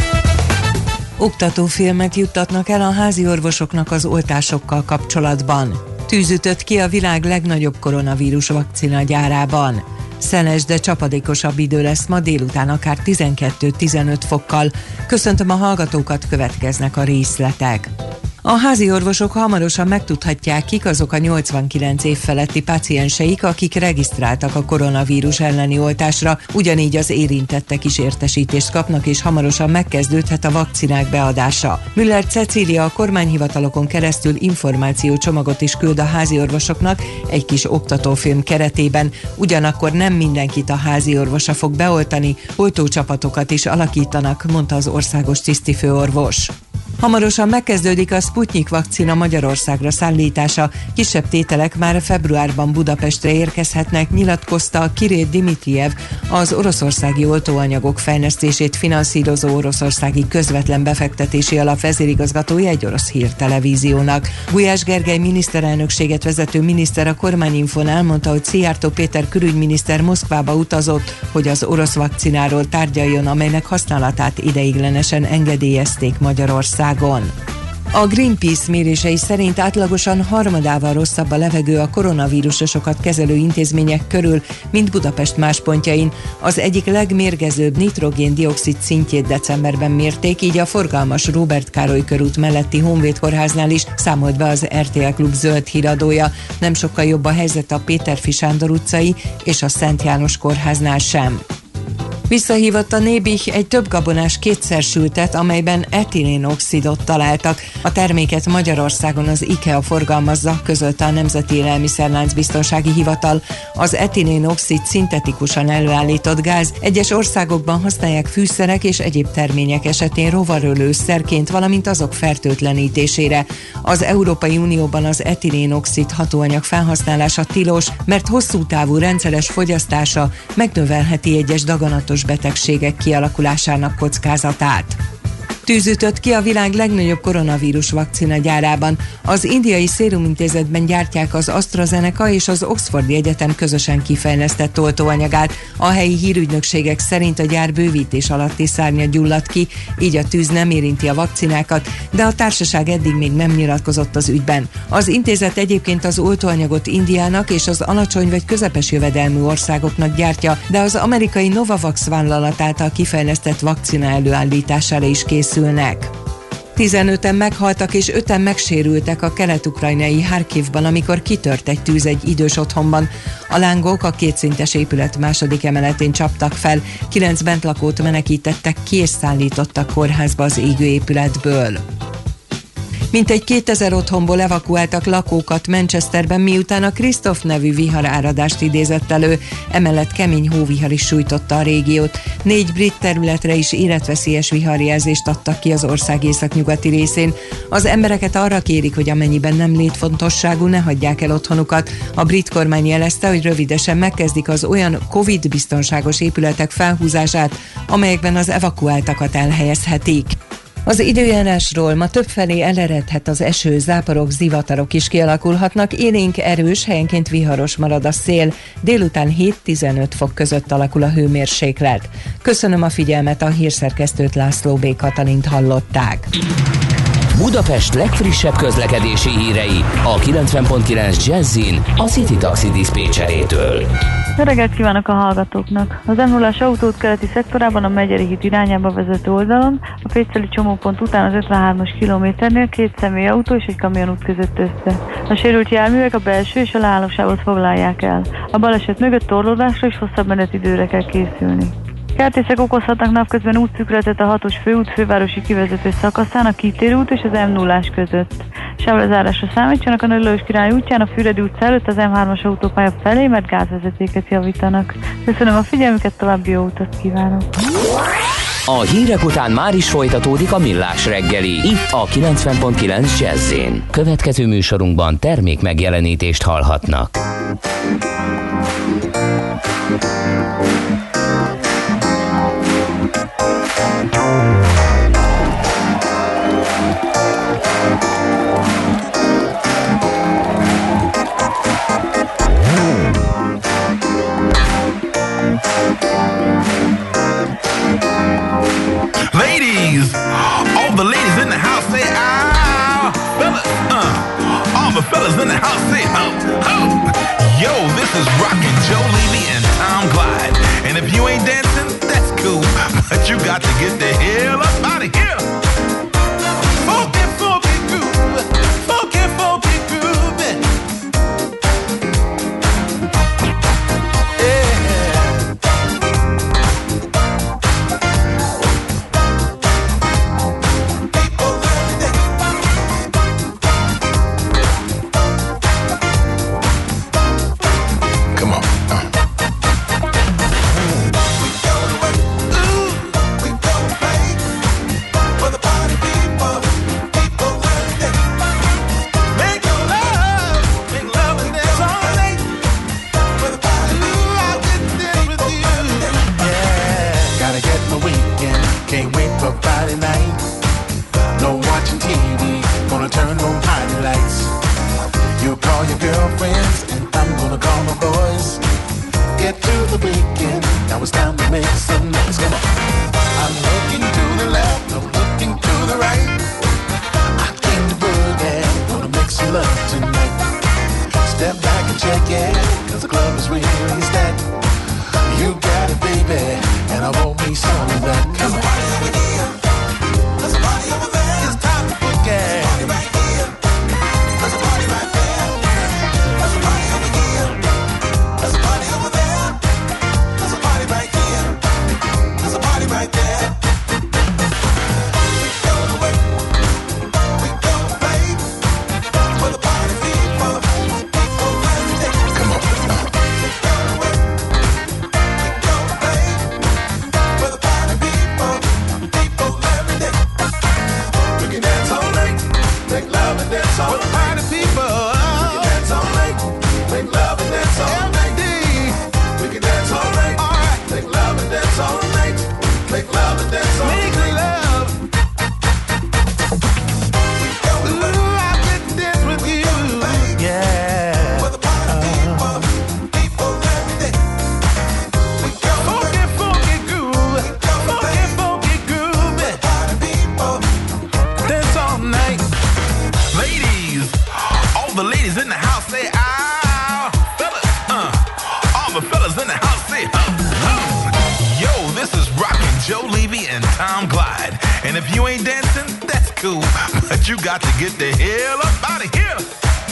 Oktatófilmet juttatnak el a házi orvosoknak az oltásokkal kapcsolatban. Tűz ütött ki a világ legnagyobb koronavírus vakcina gyárában. Szeles, de csapadékosabb idő lesz ma délután, akár 12-15 fokkal. Köszöntöm a hallgatókat, következnek a részletek. A házi orvosok hamarosan megtudhatják, kik azok a 89 év feletti pácienseik, akik regisztráltak a koronavírus elleni oltásra, ugyanígy az érintettek is értesítést kapnak, és hamarosan megkezdődhet a vakcinák beadása. Müller Cecília a kormányhivatalokon keresztül információcsomagot is küld a házi orvosoknak egy kis oktatófilm keretében, ugyanakkor nem mindenkit a házi orvosa fog beoltani, oltócsapatokat is alakítanak, mondta az országos tisztifőorvos. Hamarosan megkezdődik a Sputnik vakcina Magyarországra szállítása, kisebb tételek már februárban Budapestre érkezhetnek, nyilatkozta Kirill Dmitrijev, az oroszországi oltóanyagok fejlesztését finanszírozó oroszországi közvetlen befektetési alap vezérigazgatója egy orosz hírtelevíziónak. Gulyás Gergely miniszterelnökséget vezető miniszter a Kormányinfón elmondta, hogy Szijjártó Péter külügyminiszter Moszkvába utazott, hogy az orosz vakcináról tárgyaljon, amelynek használatát ideiglenesen engedélyezték Magyarországon. A Greenpeace mérései szerint átlagosan harmadával rosszabb a levegő a koronavírusosokat kezelő intézmények körül, mint Budapest más pontjain. Az egyik legmérgezőbb nitrogén-dioxid szintjét decemberben mérték, így a forgalmas Róbert Károly körút melletti Honvéd kórháznál is számolt be az RTL Klub zöld híradója. Nem sokkal jobb a helyzet a Péterfi Sándor utcai és a Szent János kórháznál sem. Visszahívott a Nébih egy több gabonás kétszersültet, amelyben etilénoxidot találtak. A terméket Magyarországon az IKEA forgalmazza, közölte a Nemzeti Élelmiszerlánc Biztonsági Hivatal. Az etilénoxid szintetikusan előállított gáz, egyes országokban használják fűszerek és egyéb termények esetén rovarölőszerként, valamint azok fertőtlenítésére. Az Európai Unióban az etilénoxid hatóanyag felhasználása tilos, mert hosszú távú rendszeres fogyasztása megnövelheti egyes daganatos betegségek kialakulásának kockázatát. Tűz ütött ki a világ legnagyobb koronavírus vakcina gyárában. Az indiai Sérumintézetben gyártják az AstraZeneca és az Oxfordi Egyetem közösen kifejlesztett oltóanyagát. A helyi hírügynökségek szerint a gyár bővítés alatti szárnya gyulladt ki, így a tűz nem érinti a vakcinákat, de a társaság eddig még nem nyilatkozott az ügyben. Az intézet egyébként az oltóanyagot Indiának és az alacsony vagy közepes jövedelmű országoknak gyártja, de az amerikai Novavax vállalat által kifejlesztett vakcina előállítására is készülnek. 15-en meghaltak és 5-en megsérültek a kelet-ukrajnai Harkivban, amikor kitört egy tűz egy idős otthonban. A lángok a kétszintes épület második emeletén csaptak fel, 9 bentlakót menekítettek ki és szállítottak kórházba az égő épületből. Mintegy 2000 otthonból evakuáltak lakókat Manchesterben, miután a Krisztof nevű viharáradást idézett elő, emellett kemény hóvihar is sújtotta a régiót. 4 brit területre is életveszélyes viharjelzést adtak ki az ország északnyugati részén. Az embereket arra kérik, hogy amennyiben nem létfontosságú, ne hagyják el otthonukat. A brit kormány jelezte, hogy rövidesen megkezdik az olyan Covid-biztonságos épületek felhúzását, amelyekben az evakuáltakat elhelyezhetik. Az időjárásról: ma többfelé eleredhet az eső, záporok, zivatarok is kialakulhatnak, élénk, erős, helyenként viharos marad a szél, délután 7-15 fok között alakul a hőmérséklet. Köszönöm a figyelmet, a hírszerkesztőt, László B. Katalint hallották. Budapest legfrissebb közlekedési hírei a 90.9 Jazzin a City Taxi diszpécserétől. Jó reggelt kívánok a hallgatóknak! Az M0-as autóút keleti szektorában a Megyeri híd irányába vezető oldalon, a Péceli csomópont után az 53-as kilométernél 2 személyautó és egy kamion ütközött össze. A sérült járművek a belső és a leállósávot foglalják el. A baleset mögött torlódásra és hosszabb menetidőre kell készülni. Kertészek okozhatnak napközben útszűkületet a 6-os főút fővárosi kivezető szakaszán, a Kitér út és az M0-ás között. Sávlezárásra számítsanak a Nagy Lajos Király útján, a Füredi utca előtt az M3-as autópálya felé, mert gázvezetéket javítanak. Köszönöm a figyelmüket, további jó utat kívánok! A hírek után már is folytatódik a Millás reggeli, itt a 90.9 Jazz-én. Következő műsorunkban termék megjelenítést hallhatnak. Ladies, all the ladies in the house say ah, fellas, all the fellas in the house say ho, ho. Yo, this is Rockin' Joe Levy and Tom Clyde, and if you ain't dancing, that's cool, but you got to get the hell up out of here. Funky, funky groove, funky, funky groove. Yeah. the ladies in the house say, ah, fellas, cool, but you got to get the hell up out of here.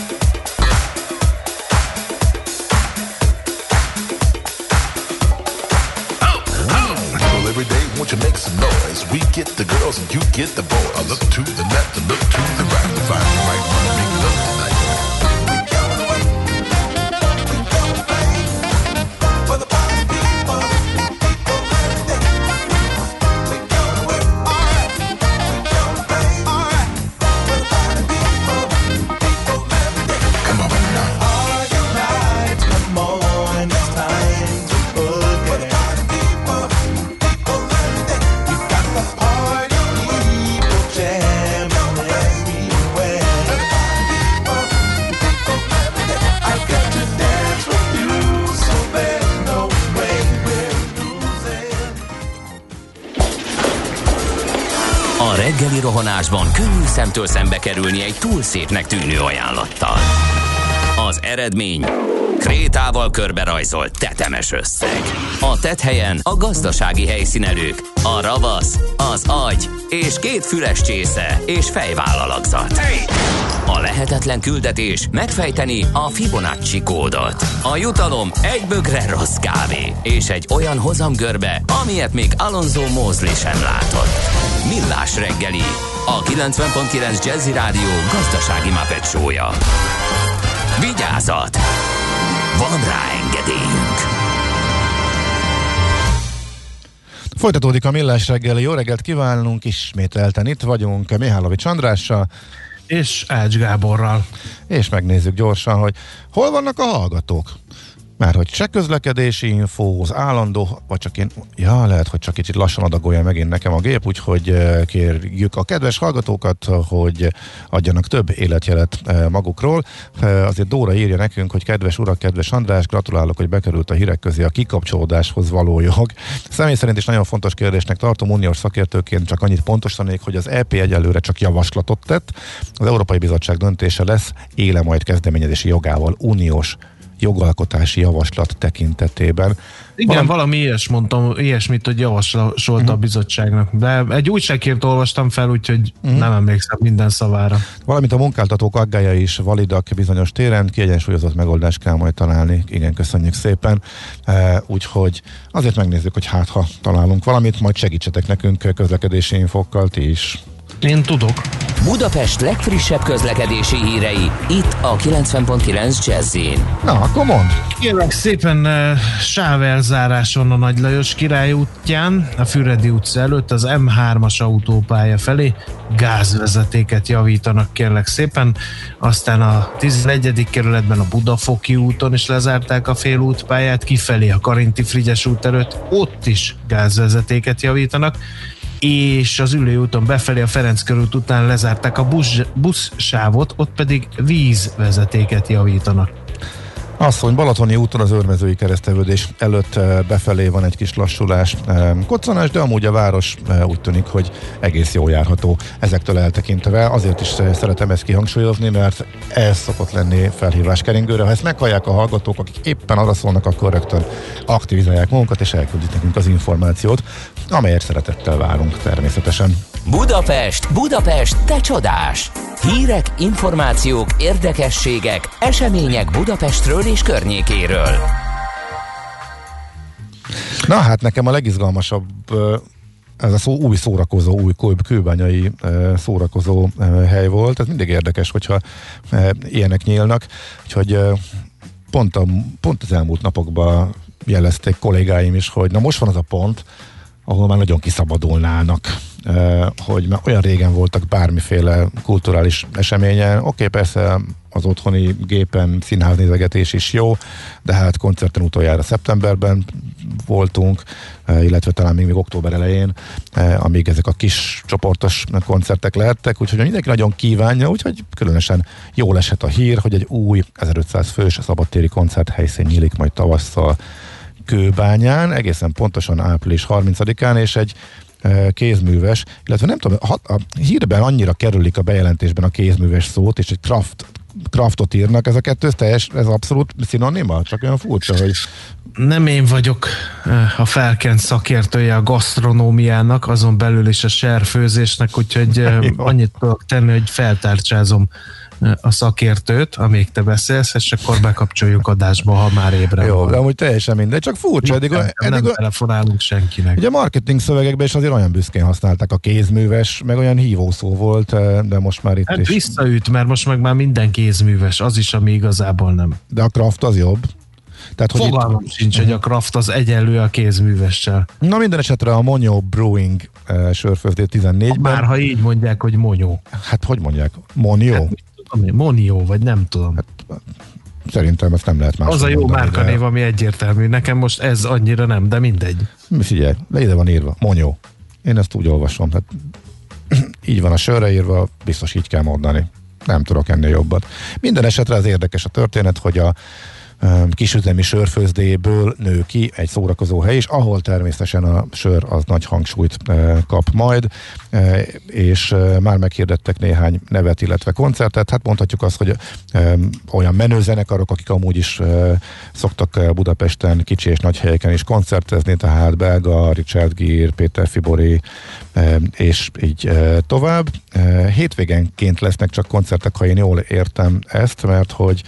Every day, won't you make some noise? We get the girls and you get the boys. I look to the left, I look to the right. To find the right one to make love tonight. We go away. We go play for the party people. People every day. We go away. All right. We go play. All right. For the party people. People every day. Come on now. All your nights, come on, it's time to boogie. For the party people. A reggeli rohanásban könnyű szemtől szembe kerülni egy túl szépnek tűnő ajánlattal. Az eredmény krétával körberajzolt tetemes összeg. A tetthelyen a gazdasági helyszínelők, a ravasz, az agy és 2 füles csésze és fejvállalakzat. A lehetetlen küldetés megfejteni a Fibonacci kódot. A jutalom egy bögre rossz kávé és egy olyan hozamgörbe, amilyet még Alonso Mosley sem látott. Millás reggeli, a 90.9 Jazzy Rádió gazdasági Muppet show-ja. Vigyázat! Van rá engedélyünk! Folytatódik a Millás reggeli. Jó reggelt kívánunk, ismételten itt vagyunk Mihálovics Andrással és Ács Gáborral. És megnézzük gyorsan, hogy hol vannak a hallgatók. Mert hogy se közlekedési infó, az állandó, vagy csak én, lehet, hogy csak kicsit lassan adagolja megint nekem a gép, úgyhogy kérjük a kedves hallgatókat, hogy adjanak több életjelet magukról. Azért Dóra írja nekünk, hogy kedves urak, kedves András, gratulálok, hogy bekerült a hírek közé a kikapcsolódáshoz való jog. Személy szerint is nagyon fontos kérdésnek tartom, uniós szakértőként csak annyit pontosítanék, hogy az EP egyelőre csak javaslatot tett. Az Európai Bizottság döntése lesz, éle majd kezdeményezési jogával uniós jogalkotási javaslat tekintetében. Igen, valami ilyesmit, hogy javasolta a bizottságnak. De egy újságírt olvastam fel, úgyhogy nem emlékszem minden szavára. Valamint a munkáltatók aggályai is validak bizonyos téren, kiegyensúlyozott megoldást kell majd találni. Igen, köszönjük szépen. Úgyhogy azért megnézzük, hogy ha találunk valamit, majd segítsetek nekünk közlekedési infokkal ti is. Én tudok. Budapest legfrissebb közlekedési hírei, itt a 90.9 Jazzin. Na, akkor mondd! Kérlek szépen sávelzáráson a Nagy Lajos Király útján, a Füredi utca előtt az M3-as autópálya felé gázvezetéket javítanak, kérlek szépen. Aztán a 11. kerületben a Budafoki úton is lezárták a félútpályát, kifelé a Karinti-Frigyes út előtt, ott is gázvezetéket javítanak, és az Üllői úton befelé a Ferenc körút után lezárták a buszsávot, ott pedig vízvezetéket javítanak. Asszony, Balatoni úton az Őrmezői kereszteződés előtt befelé van egy kis lassulás, koccanás, de amúgy a város úgy tűnik, hogy egész jól járható ezektől eltekintve. Azért is szeretem ezt kihangsúlyozni, mert ez szokott lenni felhívás keringőre. Ha ezt meghallják a hallgatók, akik éppen arra szólnak, akkor rögtön aktivizálják magunkat, és elküldik nekünk az információt, amelyet szeretettel várunk természetesen. Budapest, Budapest, te csodás! Hírek, információk, érdekességek, események Budapestről és környékéről. Na hát nekem a legizgalmasabb ez a új szórakozó, új kőbányai szórakozó hely volt. Ez mindig érdekes, hogyha ilyenek nyílnak. Úgyhogy pont az elmúlt napokban jelezték kollégáim is, hogy na most van az a pont, ahol már nagyon kiszabadulnának, hogy már olyan régen voltak bármiféle kulturális eseményen. Oké, persze az otthoni gépen színháznézegetés is jó, de hát koncerten utoljára szeptemberben voltunk, illetve talán még október elején, amíg ezek a kis csoportos koncertek lehettek, úgyhogy mindenki nagyon kívánja, úgyhogy különösen jól esett a hír, hogy egy új 1500 fős szabadtéri koncerthelyszín nyílik majd tavasszal Kőbányán, egészen pontosan április 30-án, és egy kézműves, illetve nem tudom, a hírben annyira kerülik a bejelentésben a kézműves szót, és egy craft craftot írnak, ez a kettő ez abszolút szinonima? Csak olyan furcsa, hogy... Nem én vagyok a felkent szakértője a gasztronómiának, azon belül is a serfőzésnek, úgyhogy annyit tudok tenni, hogy feltárcsázom a szakértőt, amíg te beszélsz, és akkor bekapcsoljuk adásba, ha már ébren jó, van. De amúgy teljesen mindegy, csak furcsa. Nem telefonálunk senkinek. Ugye a marketing szövegekben is azért olyan büszkén használták a kézműves, meg olyan hívószó volt, de most már itt hát is... visszaüt, mert most meg már minden kézműves, az is, ami igazából nem. De a craft az jobb. Tehát, hogy fogalmam sincs, hogy a craft az egyenlő a kézművessel. Na minden esetre a Monyó Brewing sörfőzdé 14-ben. Már ha így mondják, hogy Monyó. Hát hogy mondják? Monyó? Hát, Monyó, vagy nem tudom. Hát, szerintem ezt nem lehet más. Az a jó márkanév, ami egyértelmű. Nekem most ez annyira nem, de mindegy. Figyelj, de ide van írva. Monyó. Én ezt úgy olvasom. Hát, így van a sörre írva, biztos így kell mondani. Nem tudok ennél jobbat. Minden esetre az érdekes a történet, hogy a kisüzemi sörfőzdéből nő ki egy szórakozó hely is, ahol természetesen a sör az nagy hangsúlyt kap majd, és már meghirdettek néhány nevet, illetve koncertet. Hát mondhatjuk azt, hogy olyan menőzenekarok, akik amúgy is szoktak Budapesten kicsi és nagy helyeken is koncertezni, tehát belga, Richard Gere, Péter Fibori, és így tovább. Hétvégenként lesznek csak koncertek, ha én jól értem ezt, mert hogy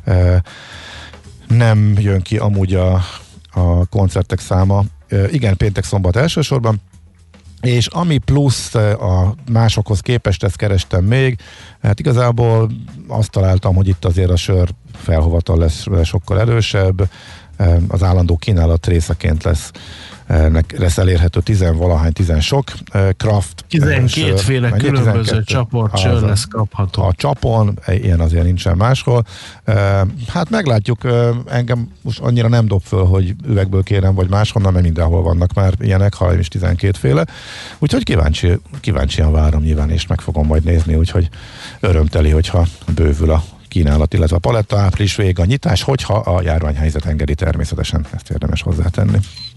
nem jön ki amúgy a koncertek száma. Igen, péntek-szombat elsősorban, és ami plusz a másokhoz képest, ezt kerestem még, hát igazából azt találtam, hogy itt azért a sör felhovatal lesz sokkal erősebb, az állandó kínálat részeként lesz elérhető 10 sok craft 12 féle különböző csaport sör lesz kapható. A csapon, ilyen azért nincsen máshol. Hát meglátjuk, engem most annyira nem dob föl, hogy üvegből kérem, vagy máshonnan, mert mindenhol vannak már ilyenek, ha is 12 féle. Úgyhogy kíváncsian várom nyilván, és meg fogom majd nézni, úgyhogy örömteli, hogyha bővül a kínálat, illetve a paletta, április vég a nyitás, hogyha a járványhelyzet engedi, természetesen, ezt érdemes hozzátenni.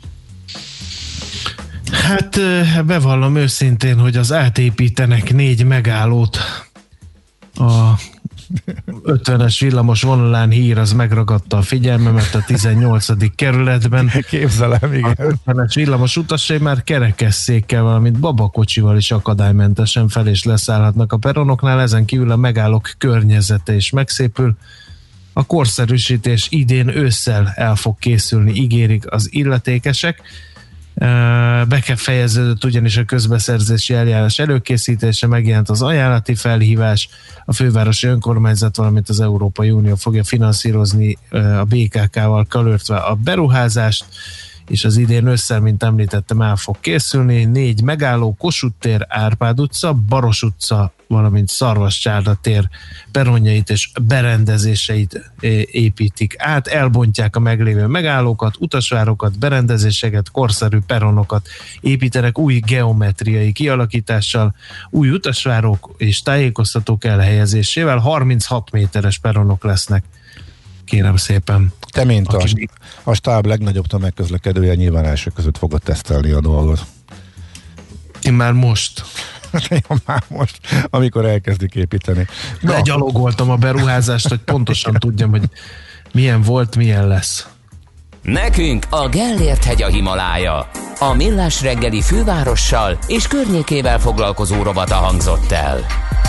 Hát bevallom őszintén, hogy az átépítenek 4 megállót a 50-es villamos vonalán, hír az megragadta a figyelmemet a 18. kerületben. Képzelem, igen. A 50-es villamos utasai már kerekesszékkel, valamint babakocsival is akadálymentesen fel és leszállhatnak a peronoknál, ezen kívül a megállók környezete is megszépül. A korszerűsítés idén ősszel el fog készülni, ígérik az illetékesek. Befejeződött ugyanis a közbeszerzési eljárás előkészítése, megjelent az ajánlati felhívás, a fővárosi önkormányzat, valamint az Európai Unió fogja finanszírozni a BKK-val karöltve a beruházást, és az idén ősszel, mint említettem, el fog készülni. 4 megálló, Kossuth tér, Árpád utca, Baros utca, valamint Szarvascsárda tér peronjait és berendezéseit építik át, elbontják a meglévő megállókat, utasvárokat, berendezéseket, korszerű peronokat építenek új geometriai kialakítással, új utasvárok és tájékoztatók elhelyezésével, 36 méteres peronok lesznek. Kérem szépen. Te, mint a stáb legnagyobb tömegközlekedője, nyilván első között fogod tesztelni a dolgot. Én már most. Már most, amikor elkezdik építeni. Legyalogoltam a beruházást, hogy pontosan tudjam, hogy milyen volt, milyen lesz. Nekünk a Gellért-hegy a Himalája. A Millás reggeli fővárossal és környékével foglalkozó rovata hangzott el.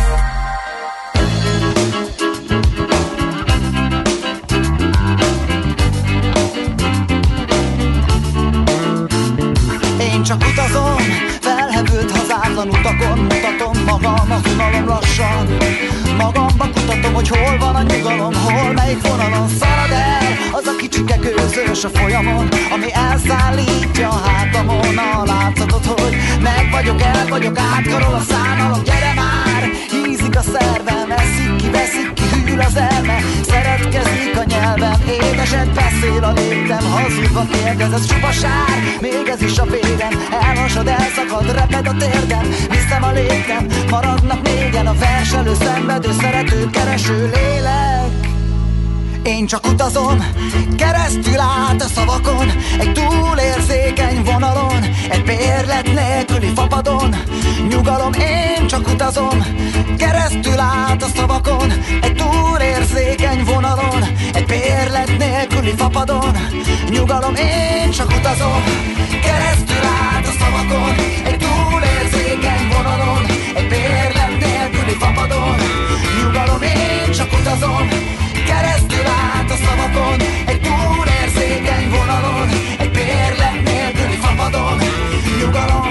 Én csak utazom, felhevült hazátlan utakon, mutatom magam a unalom lassan. Magamba kutatom, hogy hol van a nyugalom, hol melyik vonalon szalad el az a kicsike gőzös a folyamon, ami elszállítja a hátamon a látszatot, hogy meg vagyok, el vagyok, átkarol a szánalom. Gyere már, hízik a szervem, eszik ki, veszik ki, hűl az elme, szeretkezik a nyelvem, édeset beszél a léptem, hazudva kérdez, ez csupa sár, még ez is a vérem, elmosod, elszakad, reped a térdem, viszem a léptem, maradnak négyen, a verselő, szenvedő, szerető, kereső lélek. Én csak utazom, keresztül át a szavakon, egy túlérzékeny vonalon, egy bérlet nélküli fapadon. Nyugalom, én csak utazom, keresztül át a szavakon, egy túlérzékeny vonalon, egy bérlet nélküli fapadon. Nyugalom, én csak utazom, keresztül át a szavakon, egy túlérzékeny vonalon, egy bérlet nélküli fapadon. Nyugalom, én csak utazom, keresztül át a szavakon, egy túlérzékeny vonalon, egy bérlet nélküli fapadon. Nyugalom.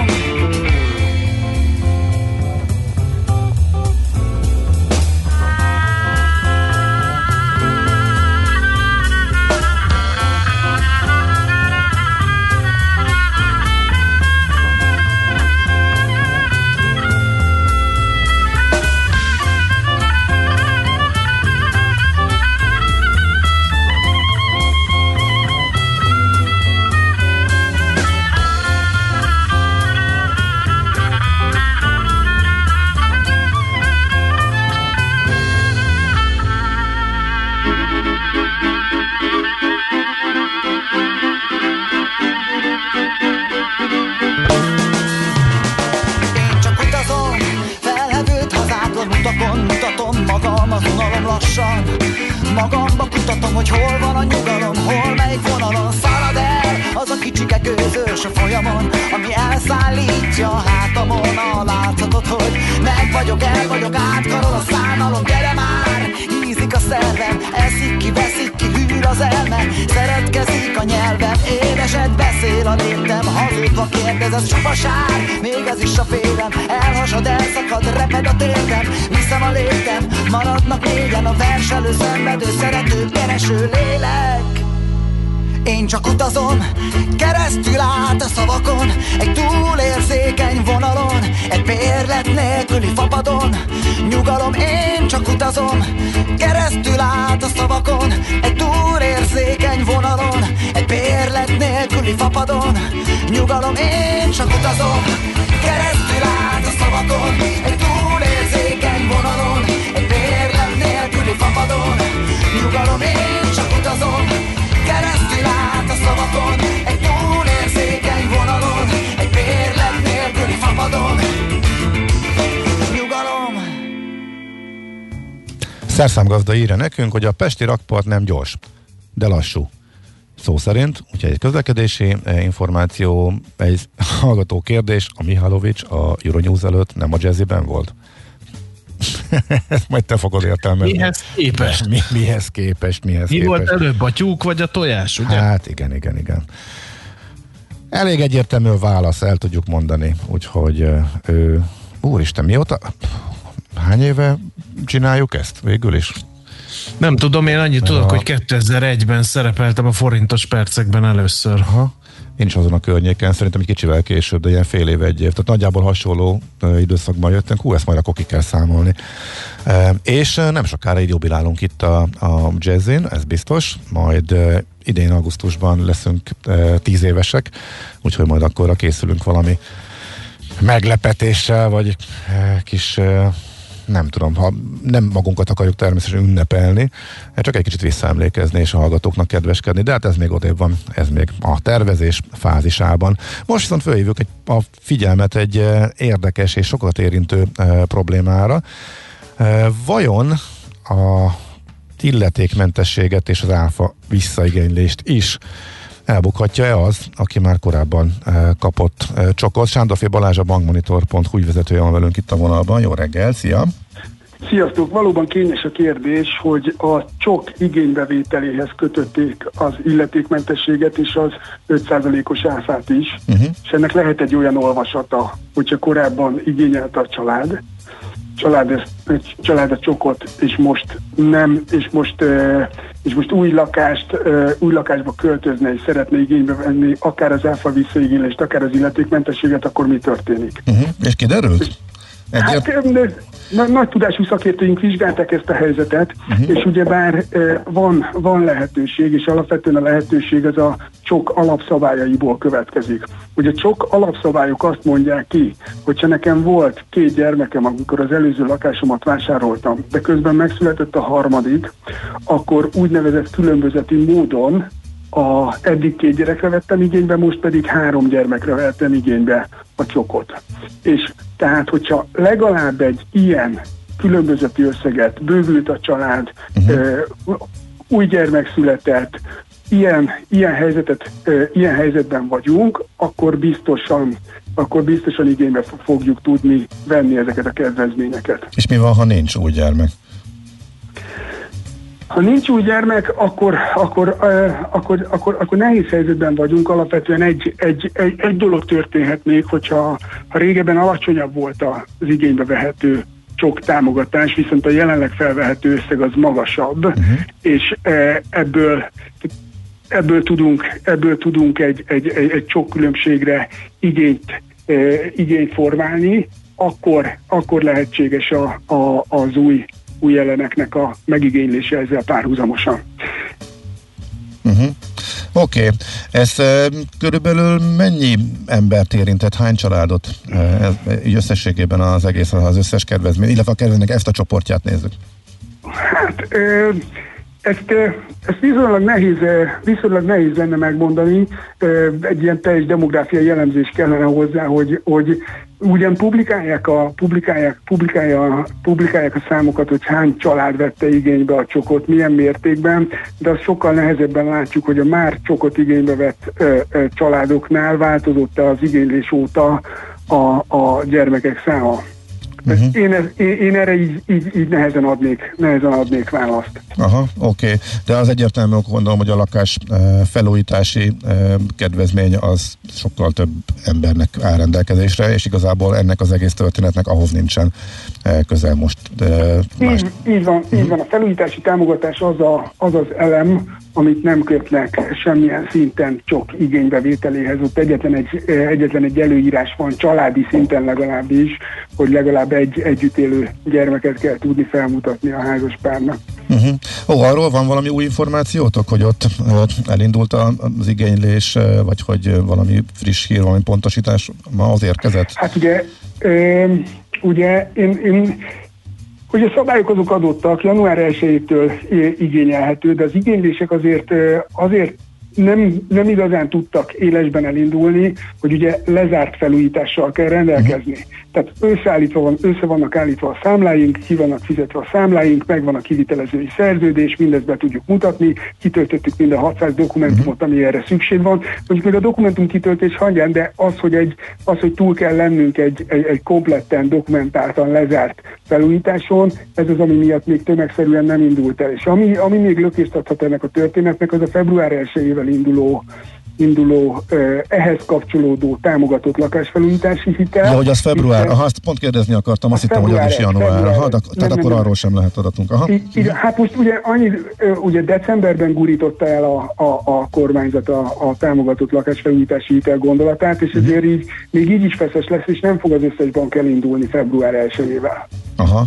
Mutatom magam az unalom lassan. Magamba kutatom, hogy hol van a nyugalom, hol melyik vonalon szalad el az a kicsike gőzős a folyamon, ami elszállítja a hátamon a látszatot, hogy meg vagyok, el vagyok, átkarol a szánalom. Gyere már, hízik a szervem, eszik ki, veszik ki, hűl az elme, szeretkezik a nyelvem, édeset beszél a léptem, hazudva kérdez, ez csupa sár, még ez is a félem, elhasad, elszakad, reped a térdem, viszem a léptem, maradnak négyen a verselő, szenvedő, szerető, kereső lélek. Én csak utazom, keresztül át a szavakon, egy túlérzékeny vonalon, egy bérlet nélküli fapadon. Nyugalom, én csak utazom, keresztül át a szavakon, egy túlérzékeny vonalon, egy bérlet nélküli fapadon. Nyugalom, én csak utazom, keresztül át a szavakon, egy túlérzékeny vonalon, egy bérlet nélküli fapadon. Nyugalom, én csak utazom, keresztül át a szavakon, egy túlérzékeny vonalon, egy bérlet nélküli fapadon. Nyugalom. Szerszámgazda írja nekünk, hogy a pesti rakpart nem gyors, de lassú. Szó szerint, úgyhogy egy közlekedési információ, egy hallgató kérdés, a Mihálovics a Euronews előtt nem a Jazzyben volt? Ezt majd te fogod értelmezni. Mihez képest? Mihez képest? Mi volt előbb, a tyúk vagy a tojás, ugye? Hát igen. Elég egyértelmű a válasz, el tudjuk mondani. Úgyhogy úristen, mióta? Hány éve csináljuk ezt végül is? Nem tudom, én annyit tudok, hogy 2001-ben szerepeltem a forintos percekben először. Aha. Én is azon a környéken, szerintem egy kicsivel később, de ilyen fél év, egy év. Tehát nagyjából hasonló időszakban jöttünk. Ezt majd akkor ki kell számolni. És nem sokára így jubilálunk itt a Jazzin, ez biztos. Majd idén augusztusban leszünk 10 évesek, úgyhogy majd akkorra készülünk valami meglepetéssel, vagy kis... nem tudom, ha nem magunkat akarjuk természetesen ünnepelni, csak egy kicsit visszaemlékezni és a hallgatóknak kedveskedni, de hát ez még odébb van, ez még a tervezés fázisában. Most viszont fölhívjuk a figyelmet egy érdekes és sokat érintő problémára. Vajon a illetékmentességet és az áfa visszaigénylést is elbukhatja-e az, aki már korábban kapott csokot? Sándorfi Balázs, a bankmonitor.hu ügyvezetője van velünk itt a vonalban. Jó reggel, szia! Sziasztok! Valóban kényes a kérdés, hogy a csok igénybevételéhez kötötték az illetékmentességet és az 5%-os áfát is, és ennek lehet egy olyan olvasata, hogyha korábban igényelte a család a csokot, és most nem, és most új lakásba költözne, és szeretne igénybe venni akár az áfa visszaigénylést, akár az illetékmentességet, akkor mi történik? És kiderült? Hát nagy tudású szakértőink vizsgálták ezt a helyzetet, és ugyebár van lehetőség, és alapvetően a lehetőség az a csok alapszabályaiból következik. Ugye a csok alapszabályok azt mondják ki, hogyha nekem volt 2 gyermekem, amikor az előző lakásomat vásároltam, de közben megszületett a harmadik, akkor úgynevezett különbözeti módon eddig 2 gyerekre vettem igénybe, most pedig 3 gyermekre vettem igénybe a csokot. És tehát, hogyha legalább egy ilyen különbözeti összeget, bővült a család, új gyermek született, ilyen helyzetben vagyunk, akkor biztosan igénybe fogjuk tudni venni ezeket a kedvezményeket. És mi van, ha nincs új gyermek? Ha nincs új gyermek, akkor nehéz helyzetben vagyunk. Alapvetően egy dolog történhet még, hogyha régebben alacsonyabb volt az igénybe vehető csok támogatás, viszont a jelenleg felvehető összeg az magasabb, és ebből tudunk egy csok különbségre igényt formálni, akkor lehetséges az új elemeknek a megigénylése ezzel párhuzamosan. Oké. Ez körülbelül mennyi embert érintett, hány családot így összességében az egész, az összes kedvezmény, illetve a kedvezménynek ezt a csoportját nézzük? Hát ezt viszonylag nehéz lenne megmondani. Egy ilyen teljes demográfiai jellemzés kellene hozzá, hogy ugyan publikálják a számokat, hogy hány család vette igénybe a csokot, milyen mértékben, de azt sokkal nehezebben látjuk, hogy a már csokot igénybe vett családoknál változott-e az igénylés óta a gyermekek száma. Én erre így nehezen adnék választ. Aha, oké. De az egyértelműen gondolom, hogy a lakás felújítási kedvezmény az sokkal több embernek áll rendelkezésre, és igazából ennek az egész történetnek ahhoz nincsen közel most. Így van. A felújítási támogatás az elem, amit nem kötnek semmilyen szinten csok igénybevételéhez. Ott egyetlen egy előírás van, családi szinten legalábbis, hogy legalább egy együtt élő gyermeket kell tudni felmutatni a házaspárnak. Arról van valami új információtok, hogy ott elindult az igénylés, vagy hogy valami friss hír, valami pontosítás ma az érkezett? Hát ugye a szabályok azok adottak, január 1-től igényelhető, de az igénylések azért nem igazán tudtak élesben elindulni, hogy ugye lezárt felújítással kell rendelkezni. Tehát össze vannak állítva a számláink, ki vannak fizetve a számláink, megvan a kivitelezői szerződés, mindezt be tudjuk mutatni, kitöltöttük minden 600 dokumentumot, ami erre szükség van. Mondjuk még a dokumentum kitöltés hagyján, de hogy túl kell lennünk egy kompletten dokumentáltan lezárt felújításon, ez az, ami miatt még tömegszerűen nem indult el. És ami még lökést adhat ennek a történetnek, az a február 1-ével induló ehhez kapcsolódó támogatott lakásfelújítási hitel. Ja, hogy az február, azt pont kérdezni akartam, azt hittem, hogy az is január. Tehát akkor arról sem lehet adatunk. Hát most ugye decemberben gurította el a kormányzat a támogatott lakásfelújítási hitel gondolatát, és ezért még így is feszes lesz, és nem fog az összes bank elindulni február 1-ével. Aha.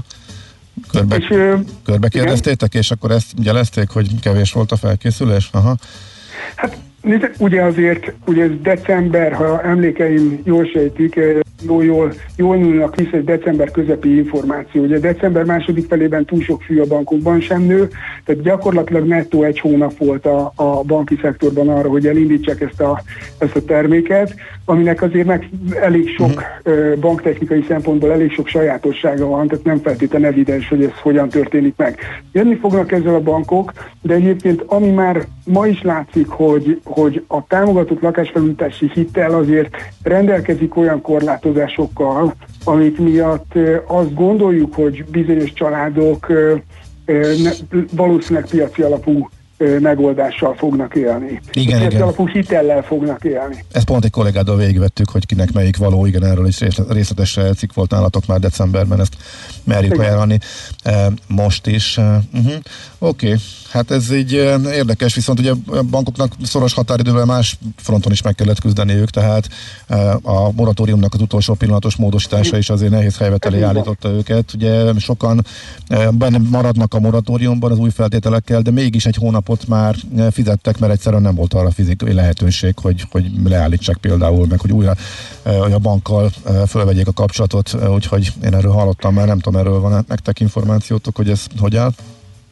Körbe kérdeztétek, és akkor ezt jelezték, hogy kevés volt a felkészülés? Aha. Hát ugye ez december, ha emlékeim jól sejtik, jól nyúlnak vissza, egy december közepi információ. Ugye december második felében túl sok fű a bankokban sem nő, tehát gyakorlatilag nettó 1 hónap volt a banki szektorban arra, hogy elindítsák ezt a terméket, aminek azért meg elég sok banktechnikai szempontból elég sok sajátossága van, tehát nem feltétlenül evidens, hogy ez hogyan történik meg. Jönni fognak ezzel a bankok, de egyébként ami már ma is látszik, hogy a támogatott lakásfelújítási hitel azért rendelkezik olyan korlátozásokkal, amik miatt azt gondoljuk, hogy bizonyos családok valószínűleg piaci alapú megoldással fognak élni. Igen. Alapú hitellel fognak élni. Ezt pont egy kollégáddal végigvettük, hogy kinek melyik való, igen, erről is részletes cikk volt nálatok már decemberben, ezt merjük ajánlani most is. Oké. Hát ez így érdekes, viszont ugye a bankoknak szoros határidővel más fronton is meg kellett küzdeniük, tehát a moratóriumnak az utolsó pillanatos módosítása is azért nehéz helyzet elé állította őket. Ugye sokan benne maradnak a moratóriumban az új feltételekkel, de mégis egy hónapot már fizettek, mert egyszerűen nem volt arra fizikai lehetőség, hogy leállítsák például, meg hogy újra a bankkal fölvegyék a kapcsolatot, úgyhogy én erről hallottam már, nem tudom, erről van nektek információtok, hogy ez hogy áll?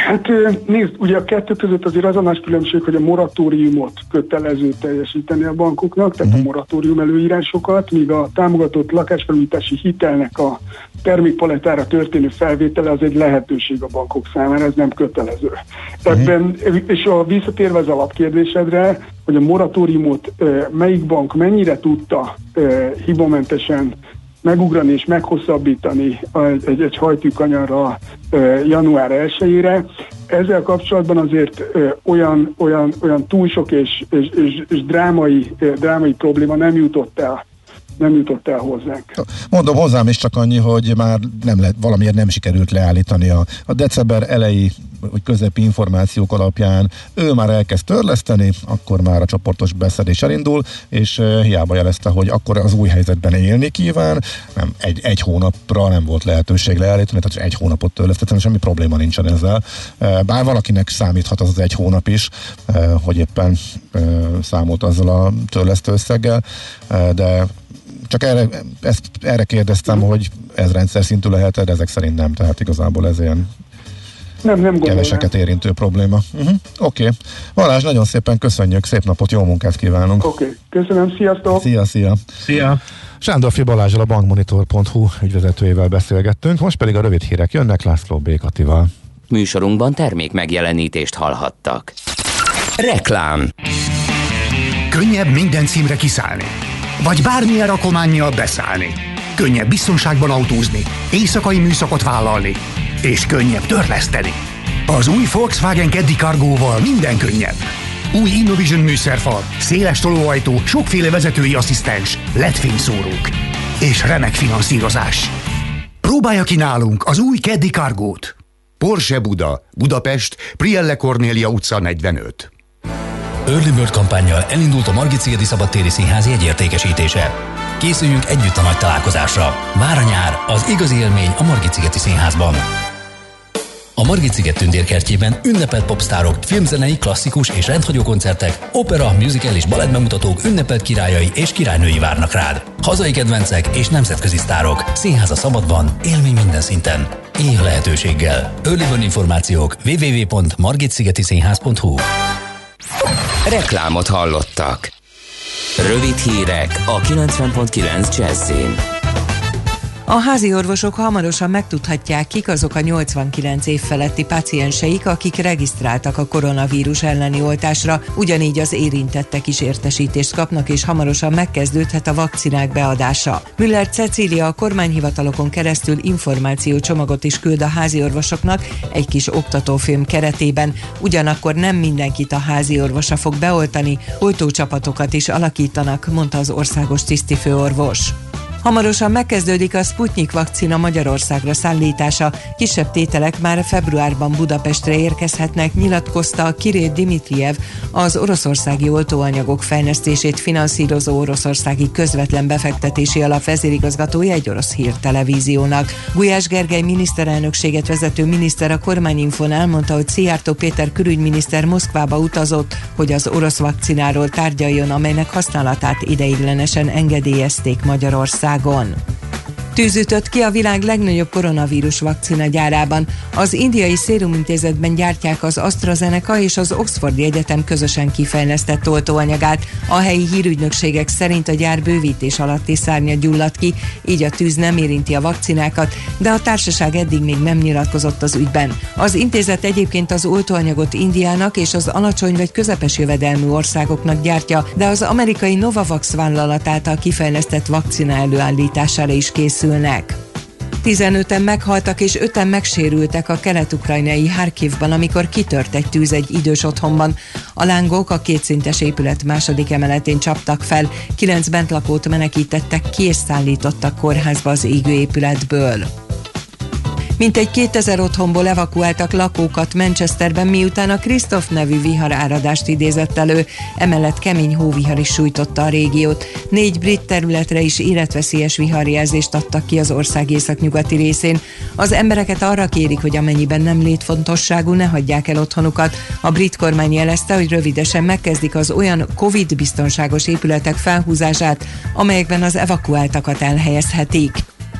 Hát nézd, ugye a kettő között azért az a nagy különbség, hogy a moratóriumot kötelező teljesíteni a bankoknak, tehát a moratórium előírásokat, míg a támogatott lakásfelújítási hitelnek a termékpalettára történő felvétele az egy lehetőség a bankok számára, ez nem kötelező. Ebben, és visszatérve az alapkérdésedre, hogy a moratóriumot melyik bank mennyire tudta hibamentesen megugrani és meghosszabbítani egy hajtűkanyarra január 1-ére. Ezzel kapcsolatban azért olyan túl sok és drámai probléma nem jutott el hozzánk. Mondom, hozzám is csak annyi, hogy már valamiért nem sikerült leállítani a december elejé vagy közepi információk alapján. Ő már elkezd törleszteni, akkor már a csoportos beszedés elindul, és hiába jelezte, hogy akkor az új helyzetben élni kíván. Nem, egy hónapra nem volt lehetőség leállítani, tehát egy hónapot törlesztetni, semmi probléma nincsen ezzel. Bár valakinek számíthat az egy hónap is, hogy éppen számolt azzal a törlesztő összeggel, de csak erre kérdeztem, hogy ez rendszer szintű lehet, de ezek szerint nem, tehát igazából ez ilyen nem keveseket érintő probléma. Oké. Balázs, nagyon szépen köszönjük, szép napot, jó munkát kívánunk. Oké. Köszönöm, sziasztok! Szia! Sándorfi Balázsral, a bankmonitor.hu ügyvezetőjével beszélgettünk, most pedig a rövid hírek jönnek László B. Katival. Műsorunkban termék megjelenítést hallhattak. Reklám. Könnyebb minden címre kiszállni, vagy bármilyen rakománnyal beszállni. Könnyebb biztonságban autózni, éjszakai műszakot vállalni, és könnyebb törleszteni. Az új Volkswagen Caddy Cargo-val minden könnyebb. Új Innovision műszerfal, széles tolóajtó, sokféle vezetői asszisztens, LED fényszórók és remek finanszírozás. Próbálja ki nálunk az új Caddy Cargo-t. Porsche Buda, Budapest, Prielle Kornélia utca 45. Early Bird kampánnyal elindult a Margit-szigeti Szabadtéri Színház jegyértékesítése. Készüljünk együtt a nagy találkozásra. Vár a nyár, az igazi élmény a Margit-szigeti Színházban. A Margit-sziget tündérkertjében ünnepelt popstárok, filmzenei, klasszikus és rendhagyó koncertek, opera, musical és balett bemutatók ünnepelt királyai és királynői várnak rád. Hazai kedvencek és nemzetközi sztárok. Színház a szabadban, élmény minden szinten. Élj a lehetőséggel. Early Bird információk www.margitszigetiszínház.hu. Reklámot hallottak. Rövid hírek a 90.9 Jazzin. A házi orvosok hamarosan megtudhatják, kik azok a 89 év feletti pácienseik, akik regisztráltak a koronavírus elleni oltásra, ugyanígy az érintettek is értesítést kapnak, és hamarosan megkezdődhet a vakcinák beadása. Müller Cecília a kormányhivatalokon keresztül információcsomagot is küld a házi orvosoknak egy kis oktatófilm keretében, ugyanakkor nem mindenkit a házi orvosa fog beoltani, oltócsapatokat is alakítanak, mondta az országos tisztifőorvos. Hamarosan megkezdődik a Sputnik vakcina Magyarországra szállítása, kisebb tételek már februárban Budapestre érkezhetnek, nyilatkozta Kirill Dmitrijev, az oroszországi oltóanyagok fejlesztését finanszírozó oroszországi közvetlen befektetési alap vezérigazgatója egy orosz hírtelevíziónak. Gulyás Gergely miniszterelnökséget vezető miniszter a Kormányinfón elmondta, hogy Szijjártó Péter külügyminiszter Moszkvába utazott, hogy az orosz vakcináról tárgyaljon, amelynek használatát ideiglenesen engedélyezték Magyarországon. Tűz ütött ki a világ legnagyobb koronavírus vakcina gyárában. Az indiai Sérumintézetben gyártják az AstraZeneca és az Oxfordi Egyetem közösen kifejlesztett oltóanyagát. A helyi hírügynökségek szerint a gyár bővítés alatti szárnya gyulladt ki, így a tűz nem érinti a vakcinákat, de a társaság eddig még nem nyilatkozott az ügyben. Az intézet egyébként az oltóanyagot Indiának és az alacsony vagy közepes jövedelmű országoknak gyártja, de az amerikai Novavax vállalat által kifejlesztett vakcina előállítására is készül. 15-en meghaltak és 5-en megsérültek a kelet-ukrajnai Harkivban, amikor kitört egy tűz egy idős otthonban. A lángok a kétszintes épület második emeletén csaptak fel, 9 bentlakót menekítettek ki és szállítottak kórházba az égő épületből. Mintegy 2000 otthonból evakuáltak lakókat Manchesterben, miután a Krisztof nevű viharáradást idézett elő, emellett kemény hóvihar is sújtotta a régiót. 4 brit területre is életveszélyes viharjelzést adtak ki az ország északnyugati részén. Az embereket arra kérik, hogy amennyiben nem létfontosságú, ne hagyják el otthonukat. A brit kormány jelezte, hogy rövidesen megkezdik az olyan Covid-biztonságos épületek felhúzását, amelyekben az evakuáltakat elhelyezhetik.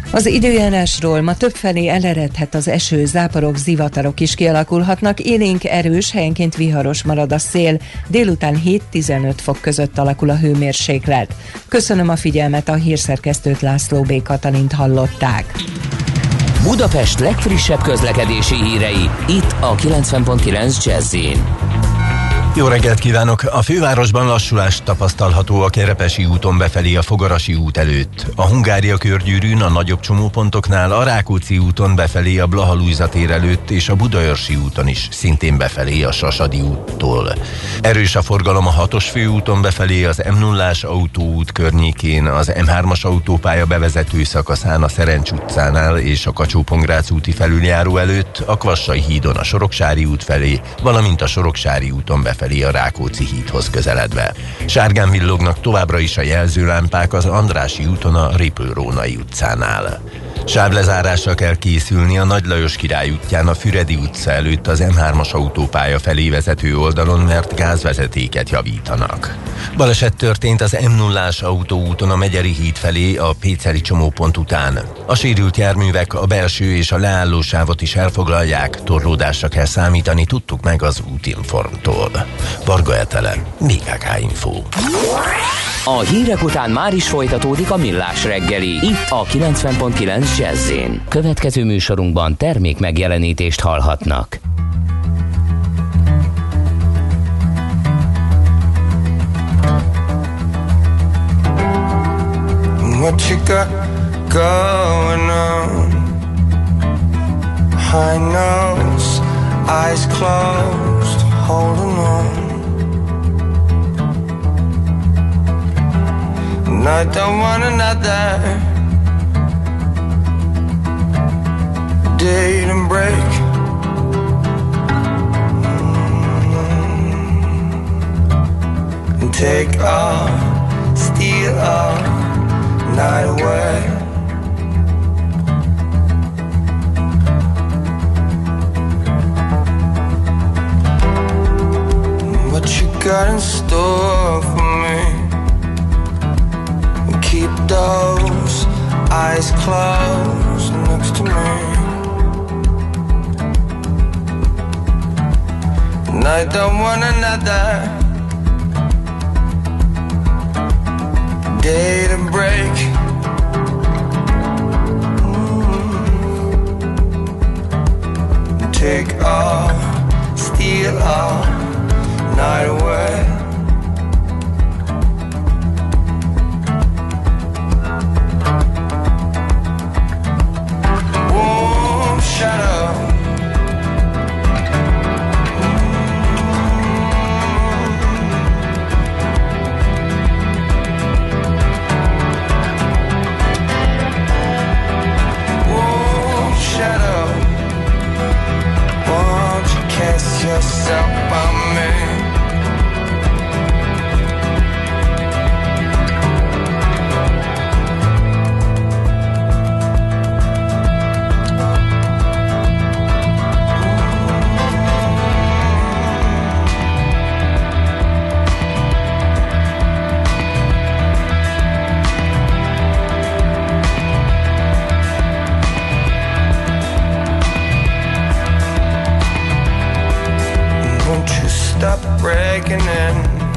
Az időjárásról: ma többfelé eleredhet az eső, záporok, zivatarok is kialakulhatnak, élénk, erős, helyenként viharos marad a szél, délután 7-15 fok között alakul a hőmérséklet. Köszönöm a figyelmet, a hírszerkesztőt, László B. Katalint hallották. Budapest legfrissebb közlekedési hírei, itt a 90.9 Jazz-in. Jó reggelt kívánok! A fővárosban lassulás tapasztalható a Kerepesi úton befelé a Fogarasi út előtt. A Hungária körgyűrűn a nagyobb csomópontoknál, a Rákóczi úton befelé a Blaha Lujza tér előtt és a Budaörsi úton is, szintén befelé a Sasadi úttól. Erős a forgalom a 6-os főúton befelé az M0-ás autóút környékén, az M3-as autópálya bevezető szakaszán a Szerencs utcánál és a Kacsó-Pongrác úti felüljáró előtt, a Kvassai hídon a Soroksári út felé, valamint a Soroksári úton befelé a Rákóczi hídhoz közeledve. Sárgán villognak továbbra is a jelzőlámpák az Andrássy úton a Ripl-Rónai utcánál. Sávlezárásra kell készülni a Nagy Lajos Király útján a Füredi utca előtt az M3-as autópálya felé vezető oldalon, mert gázvezetéket javítanak. Baleset történt az M0-ás autóúton a Megyeri híd felé a Péceli csomópont után. A sérült járművek a belső és a leállósávot is elfoglalják, torlódásra kell számítani, tudtuk meg az Útinformtól. Varga Etele, BKK Info. A hírek után már is folytatódik a Millás reggeli, itt a 90.9 Jazz-in. Következő műsorunkban termék megjelenítést hallhatnak. What you got going on? High nose, eyes closed, holding on. And I don't want another date and break. And take all, steal all night away. What you got in store for me? Keep those eyes closed next to me. And I don't want another day to break. Take all, steal all night away. Shadow. Whoa, shadow. Won't you cast yourself on me? Stop breaking in.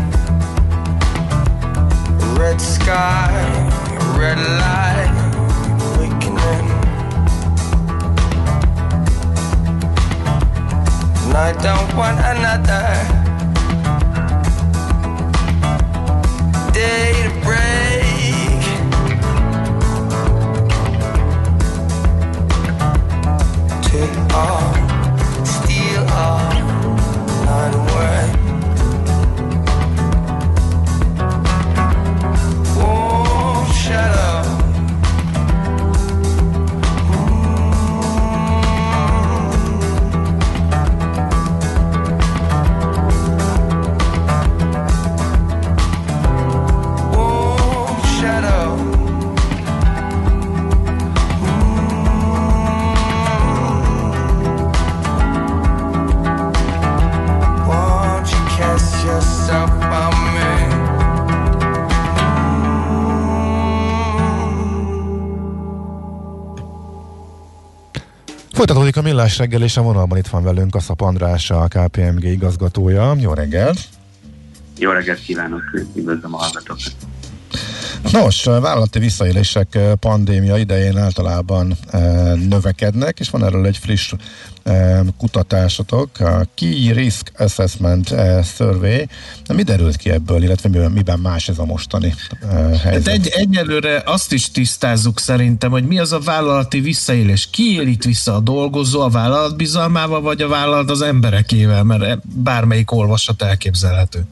Red sky, red light, awakening. And I don't want another day to break. Take all, steal all night away. Oh, shadow. Folytatódik a Millás reggel, és a vonalban itt van velünk Kaszap András, a KPMG igazgatója. Jó reggelt! Jó reggelt kívánok, üdvözlöm a hallgatókat! Nos, vállalati visszaélések pandémia idején általában növekednek, és van erről egy friss kutatásotok, a Key Risk Assessment Survey. Mi derült ki ebből, illetve miben más ez a mostani helyzet? Hát egyelőre azt is tisztázzuk szerintem, hogy mi az a vállalati visszaélés. Ki élit vissza, a dolgozó a vállalat bizalmával, vagy a vállalat az emberekével, mert bármelyik olvasat elképzelhető.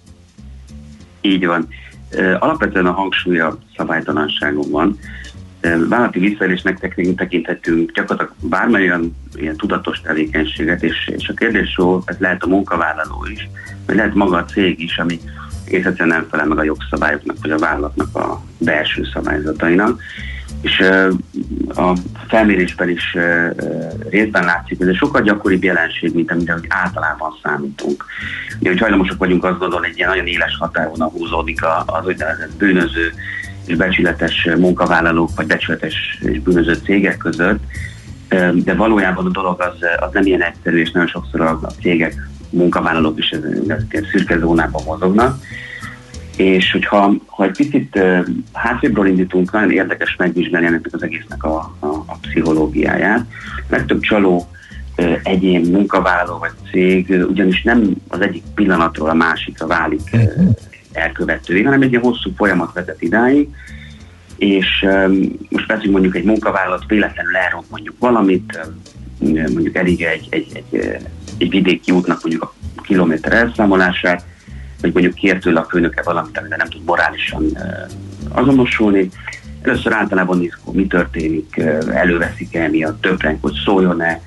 Így van. Alapvetően a hangsúly a szabálytalanságon van. Vállalati visszaélésnek tekinthetünk gyakorlatilag bármilyen ilyen tudatos tevékenységet, és a kérdés szó, ez lehet a munkavállaló is, vagy lehet maga a cég is, ami egyszerűen nem felel meg a jogszabályoknak, vagy a vállalatnak a belső szabályzatainak. És a felmérésben is részben látszik, hogy ez sokkal gyakoribb jelenség, mint amire általában számítunk. Ugye, hogy hajlamosak vagyunk azt gondolni, hogy egy ilyen nagyon éles határvonal húzódik az úgynevezett bűnöző és becsületes munkavállalók, vagy becsületes és bűnöző cégek között, de valójában a dolog az nem ilyen egyszerű, és nagyon sokszor a cégek, munkavállalók is szürke zónában mozognak. És hogyha egy picit hátrébről indítunk, nagyon érdekes megvizsgálni ennek az egésznek a pszichológiáját. Legtöbb csaló egyén, munkavállaló vagy cég ugyanis nem az egyik pillanatról a másikra válik elkövetővé, hanem egy ilyen hosszú folyamat vezet idáig, és most veszünk mondjuk egy munkavállalat véletlenül elront mondjuk valamit, mondjuk elég egy vidéki útnak mondjuk a kilométer elszámolását, vagy mondjuk kér tőle a főnöke valamit, amivel nem tud morálisan azonosulni. Először általában nézzük, mi történik, előveszik-e miatt többrend, hogy szóljon-e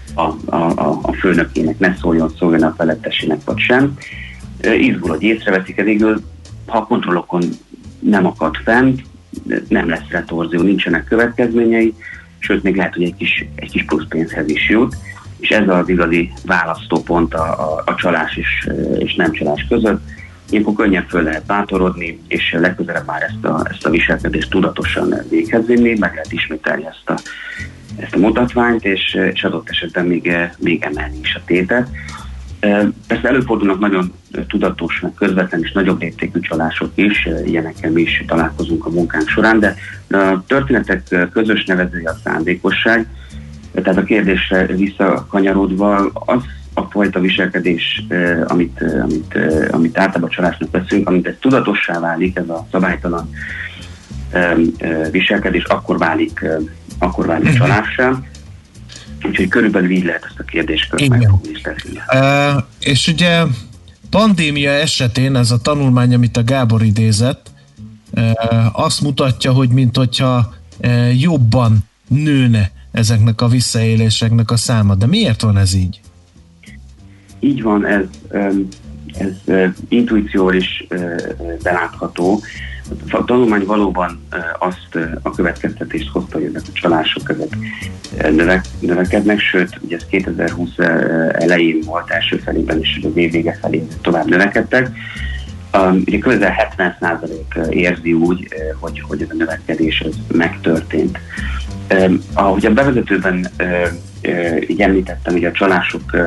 a főnökének, ne szóljon a felettesének, vagy sem. Izgul, hogy észreveszik-e, végül, ha a kontrollokon nem akad fent, nem lesz retorzió, nincsenek következményei, sőt, még lehet, hogy egy kis plusz pénzhez is jut, és ez az igazi választópont a csalás és nem csalás között. Ilyenkor könnyen föl lehet bátorodni, és legközelebb már ezt a viselkedést tudatosan véghez vinni, meg lehet ismételni ezt a mutatványt, és adott esetben még emelni is a tétet. Persze előfordulnak nagyon tudatos, meg közvetlen és nagyobb léptékű csalások is, ilyenekkel mi is találkozunk a munkánk során, de a történetek közös nevezője a szándékosság. Tehát a kérdésre visszakanyarodva, az a fajta viselkedés, amit általában csalásnak veszünk, amit ez tudatossá válik, ez a szabálytalan viselkedés, akkor válik csalássá. Úgyhogy körülbelül így lehet ezt a kérdéskört megfogni és beszélni. És ugye pandémia esetén ez a tanulmány, amit a Gábor idézett, azt mutatja, hogy minthogyha jobban nőne ezeknek a visszaéléseknek a száma. De miért van ez így? Így van, ez intuícióval is belátható. A tanulmány valóban azt a következtetést hozta, hogy ezek a csalások növekednek, sőt, ugye ez 2020 elején volt, első felében is, az év vége felé tovább növekedtek. Ugye közel 70% érzi úgy, hogy ez a növekedés ez megtörtént. Ahogy a bevezetőben így említettem, ugye a csalások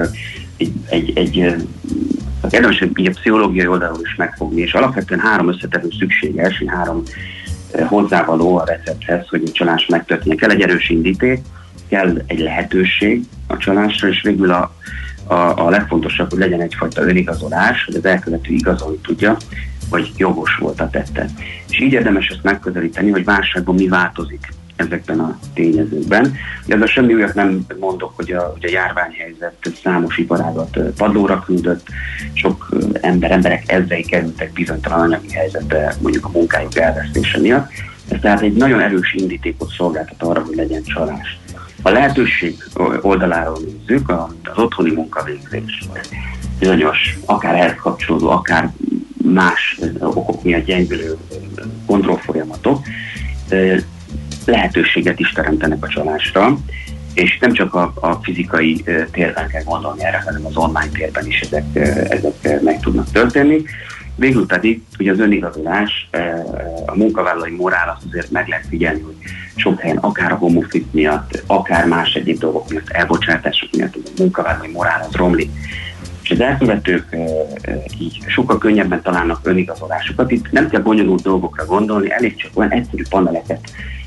érdemes így a pszichológiai oldalról is megfogni, és alapvetően 3 összetevő szükséges, 3 hozzávaló a recepthez, hogy a csalás megtörténjen. Kell egy erős indíték, kell egy lehetőség a csalásra, és végül a legfontosabb, hogy legyen egyfajta önigazolás, hogy az elkövető igazolni tudja, hogy jogos volt a tette. És így érdemes ezt megközelíteni, hogy válságban mi változik ezekben a tényezőkben. Ez a semmi olyat nem mondok, hogy a járványhelyzet számos iparágat padlóra küldött, sok emberek ezrei kerültek bizonytalan anyagi helyzetbe, mondjuk a munkájuk elvesztése miatt. Ez tehát egy nagyon erős indítékot szolgáltat arra, hogy legyen csalás. A lehetőség oldaláról nézzük, az otthoni munkavégzés, bizonyos, akár ehhez kapcsolódó, akár más okok miatt gyengülő kontrollfolyamatok lehetőséget is teremtenek a csalásra, és nem csak a fizikai térben kell gondolni erre, hanem az online térben is ezek meg tudnak történni. Végül pedig ugye az önigazolás, a munkavállalói morál azt azért meg lehet figyelni, hogy sok helyen akár a home office miatt, akár más egyéb dolgok miatt, elbocsátások miatt a munkavállalói morál az romlik. És az elkövetők így sokkal könnyebben találnak önigazolásokat. Itt nem kell bonyolult dolgokra gondolni, elég csak olyan egyszerű paneleket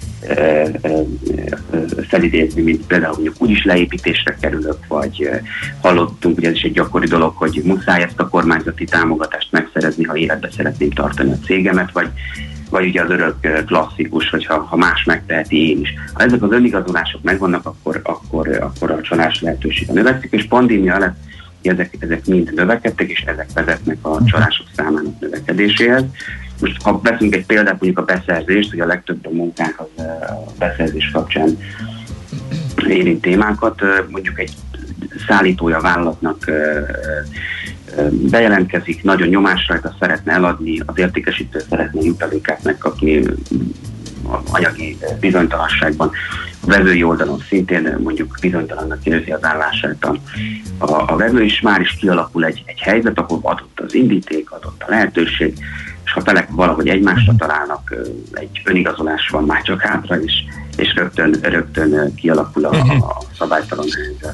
felidézni, mint például mondjuk úgyis leépítésre kerülök, vagy hallottunk, hogy ez is egy gyakori dolog, hogy muszáj ezt a kormányzati támogatást megszerezni, ha életbe szeretném tartani a cégemet, vagy ugye az örök klasszikus, hogy ha más megteheti, én is. Ha ezek az önigazolások megvannak, akkor a csalás lehetősége növekszik, és pandémia alatt ezek mind növekedtek, és ezek vezetnek a csalások számának növekedéséhez. Most ha veszünk egy példát, mondjuk a beszerzést, hogy a legtöbb a munkánk az a beszerzés kapcsán érint témákat, mondjuk egy szállítója a vállalatnak bejelentkezik, nagyon nyomás rajta, szeretne eladni, az értékesítő szeretne jutalékát megkapni anyagi bizonytalanságban. A vevői oldalon szintén mondjuk bizonytalannak érzi az állását a vevő, és már is kialakul egy helyzet, ahol adott az indíték, adott a lehetőség, és ha felek valahogy egymásra találnak, egy önigazolás van már csak hátra, és rögtön kialakul a szabálytalan helyzet.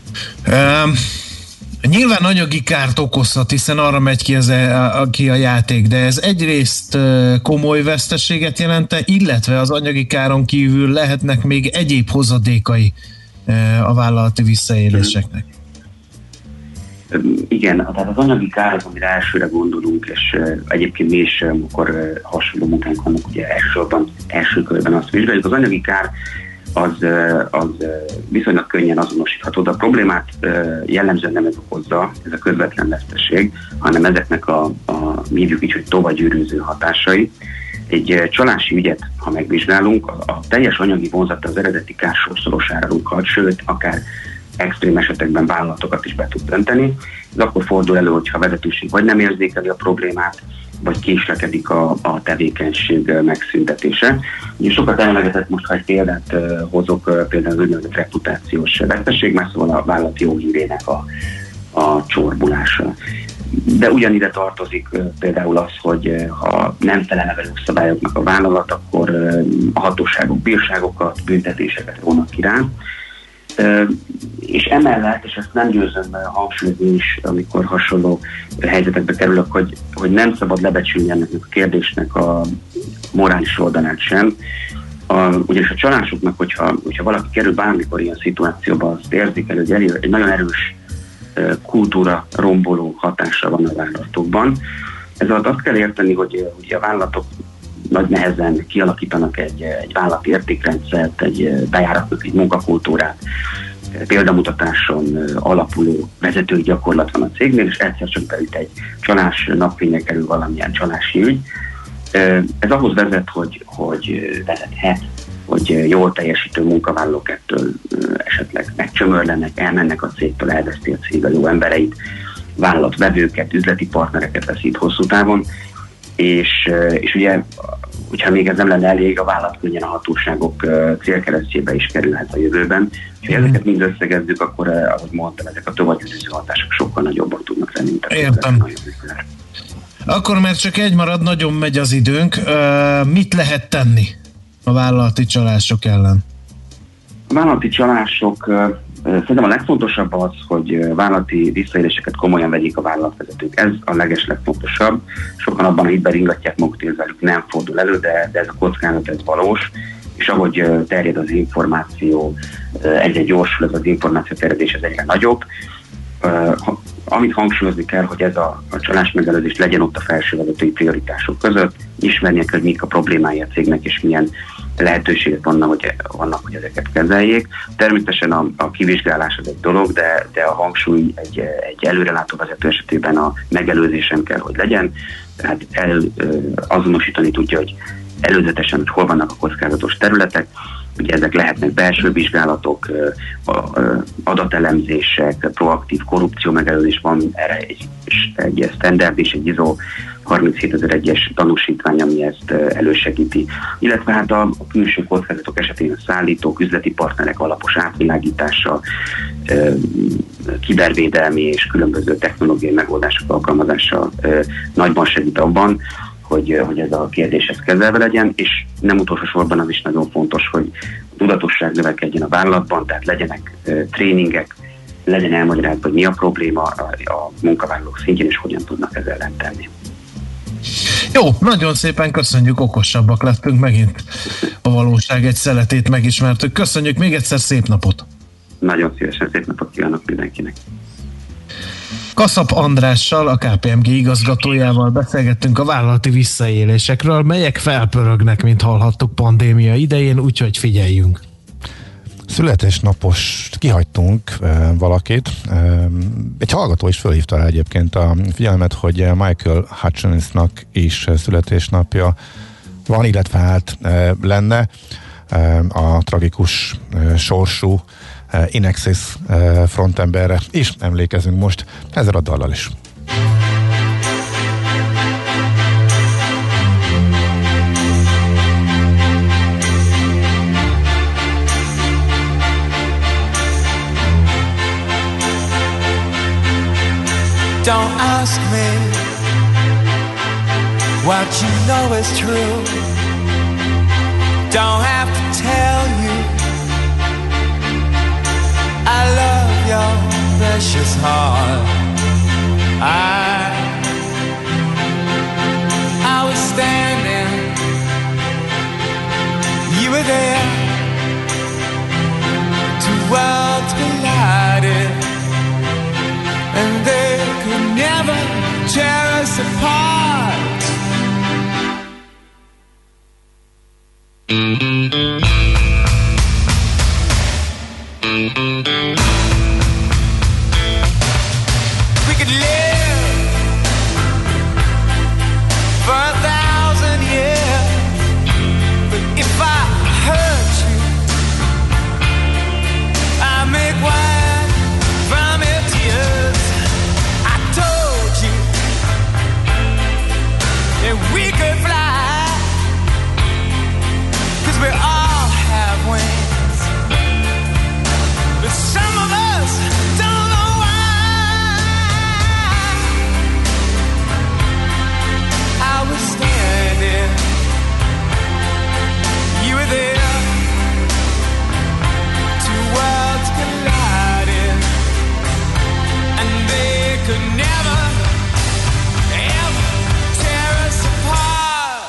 Nyilván anyagi kárt okozhat, hiszen arra megy ki a játék, de ez egyrészt komoly veszteséget jelente, illetve az anyagi káron kívül lehetnek még egyéb hozadékai a vállalati visszaéléseknek. Igen, tehát az anyagi kár az, amire elsőre gondolunk, és egyébként mi is, amikor hasonló munkánk vannak, ugye első körben azt vizsgáljuk. Az anyagi kár az viszonylag könnyen azonosítható, de a problémát jellemzően nem ez okozza, ez a közvetlen veszteség, hanem ezeknek mi hívjuk így, hogy tovagyűrűző hatásai. Egy csalási ügyet, ha megvizsgálunk, a teljes anyagi vonzata az eredeti kár sokszorosára rúghat, sőt, akár extrém esetekben vállalatokat is be tud dönteni. Ez akkor fordul elő, hogyha a vezetőség vagy nem érzékeli a problémát, vagy késlekedik a tevékenység megszüntetése. Ugye sokat emlegetett most, ha egy példát hozok, például az úgynevezett reputációs veszteség, mert szóval a vállalati jóhírének a csorbulása. De ugyanide tartozik például az, hogy ha nem felel meg a szabályoknak a vállalat, akkor a hatóságok bírságokat, büntetéseket rónak ki rá. És emellett, és ezt nem győzöm hangsúlyozni is, amikor hasonló helyzetekbe kerülök, hogy nem szabad lebecsülni ennek a kérdésnek a morális oldalát sem. Ugyanis a csalásoknak, hogyha valaki kerül bármikor ilyen szituációba, azt érzékel, hogy egy nagyon erős kultúra romboló hatása van a vállalatokban. Ez alatt azt kell érteni, hogy a vállalatok nagy nehezen kialakítanak egy vállalati értékrendszert, bejáratnak egy munkakultúrát, példamutatáson alapuló vezetői gyakorlat van a cégnél, és egyszer csak beüt egy csalás, napfényre kerül valamilyen csalási ügy. Ez ahhoz vezet, hogy vezethet, hogy jól teljesítő munkavállalók ettől esetleg megcsömörlenek, elmennek a cégtől, elveszti a cég a jó embereit, vállalatvevőket, üzleti partnereket veszít hosszú távon, és ugye, hogyha még ez nem lenne elég, a vállalat könnyen a hatóságok célkeresztjébe is kerülhet a jövőben. Ha ezeket mind összegezzük, akkor, ahogy mondtam, ezek a tovagyűrűző hatások sokkal nagyobbak tudnak lenni, mint a értem. Akkor már csak egy marad, nagyon megy az időnk. Mit lehet tenni a vállalati csalások ellen? A vállalati csalások, szerintem a legfontosabb az, hogy vállalati visszaéléseket komolyan vegyék a vállalatvezetők. Ez a legfontosabb. Sokan abban a hitben ringatják magukat, hogy velük nem fordul elő, de ez a kockázat, ez valós. És ahogy terjed az információ, egyre gyorsul ez az információ terjedés, ez egyre nagyobb. Amit hangsúlyozni kell, hogy ez a csalás megelőzés legyen ott a felsővezetői prioritások között, ismernie kell, hogy mik a problémái a cégnek, és milyen lehetőségek vannak, hogy ezeket kezeljék. Természetesen a kivizsgálás az egy dolog, de a hangsúly egy előrelátó vezető esetében a megelőzésen kell, hogy legyen. Tehát azonosítani tudja, hogy előzetesen, hogy hol vannak a kockázatos területek. Ugye ezek lehetnek belső vizsgálatok, adatelemzések, proaktív korrupció megelőzés, van erre egy standard és egy ISO 37001-es tanúsítvány, ami ezt elősegíti. Illetve hát a külső kockázatok esetén a szállítók, üzleti partnerek alapos átvilágítása, kibervédelmi és különböző technológiai megoldások alkalmazása nagyban segít abban, hogy ez a kérdés ez kezelve legyen, és nem utolsó sorban az is nagyon fontos, hogy a tudatosság növekedjen a vállalatban, tehát legyenek tréningek, legyen elmagyarázva, hogy mi a probléma a munkavállalók szintjén, és hogyan tudnak ezzel ellen tenni. Jó, nagyon szépen köszönjük, okosabbak lettünk megint. A valóság egy szeletét megismertük. Köszönjük még egyszer, szép napot! Nagyon szívesen, szép napot kívánok mindenkinek! Kaszap Andrással, a KPMG igazgatójával beszélgettünk a vállalati visszaélésekről, melyek felpörögnek, mint hallhattuk pandémia idején, úgyhogy figyeljünk. Születésnapos kihagytunk valakit. Egy hallgató is fölhívta rá egyébként a figyelmet, hogy Michael Hutchinsnak is születésnapja van, illetve hát lenne a tragikus sorsú Inexis frontemberre is emlékezünk most ezzel a dallal is. Don't ask me what you know is true. Don't have to tell you I love your precious heart. I was standing, you were there. Two worlds collided, and they could never tear us apart. We could live for 1,000 years, but if I hurt you, I make wine from your tears. I told you that we could fly, 'cause we all have wings, but some of us don't know why. I was standing, you were there. Two worlds collided, and they could never, ever tear us apart.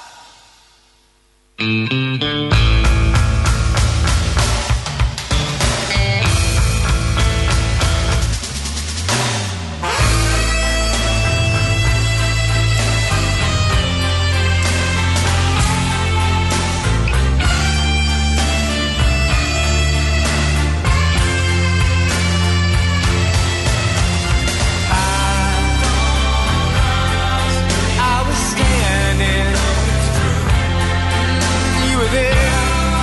I was standing, you were there.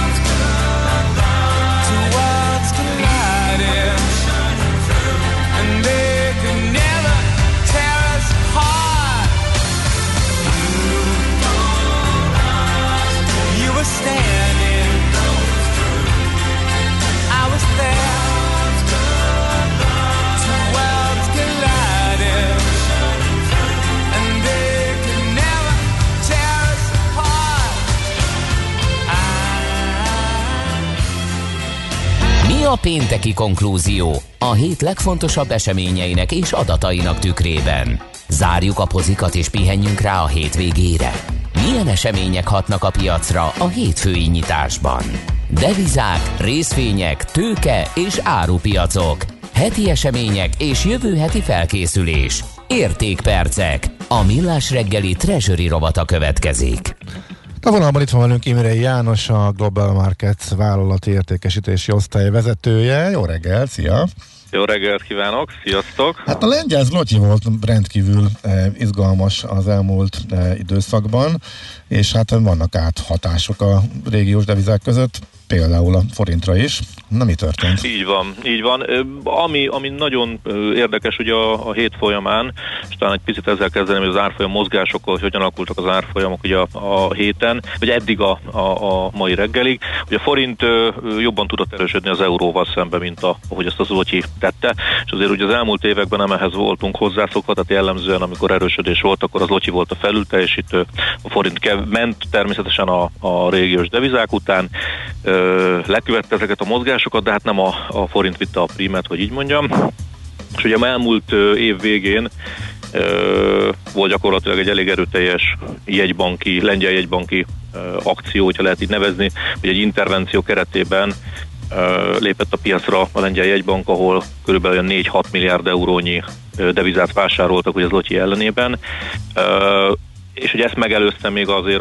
Two worlds collided, and they could never tear us apart. You were standing, I was there. Two worlds collided, and they could never tear us apart. Mi a pénteki konklúzió a hét legfontosabb eseményeinek és adatainak tükrében? Zárjuk a pozikat és pihenjünk rá a hétvégére. Milyen események hatnak a piacra a hétfői nyitásban? Devizák, részvények, tőke és árupiacok. Heti események és jövő heti felkészülés. Értékpercek. A Millás reggeli Treasury rovata következik. A vonalban itt van velünk Imrei János, a Global Markets vállalati értékesítési osztály vezetője. Jó reggel, szia! Jó reggelt kívánok, sziasztok! Hát a lengyel zloty volt rendkívül izgalmas az elmúlt időszakban, és hát vannak áthatások a régiós devizák között. például a forintra is. Na, mi történt? Így van. Ami nagyon érdekes ugye a hét folyamán, és talán egy picit ezzel kezdeném, hogy az árfolyam mozgásokkal, hogy hogyan alakultak az árfolyamok ugye a héten, vagy eddig a mai reggelig. Ugye a forint jobban tudott erősödni az euróval szemben, mint ahogy ezt az zlotyi tette, és azért ugye az elmúlt években nem ehhez voltunk hozzászokva, tehát jellemzően, amikor erősödés volt, akkor az zlotyi volt a felülteljesítő, a forint ment természetesen a régiós devizák után, lekövette ezeket a mozgásokat, de hát nem a forint vitte a prímet, hogy így mondjam. És ugye elmúlt év végén volt gyakorlatilag egy elég erőteljes lengyel jegybanki akció, hogyha lehet így nevezni, hogy egy intervenció keretében lépett a piacra a lengyel jegybank, ahol körülbelül 4-6 milliárd eurónyi devizát vásároltak ugye az zloty ellenében, és ugye ezt megelőzte még azért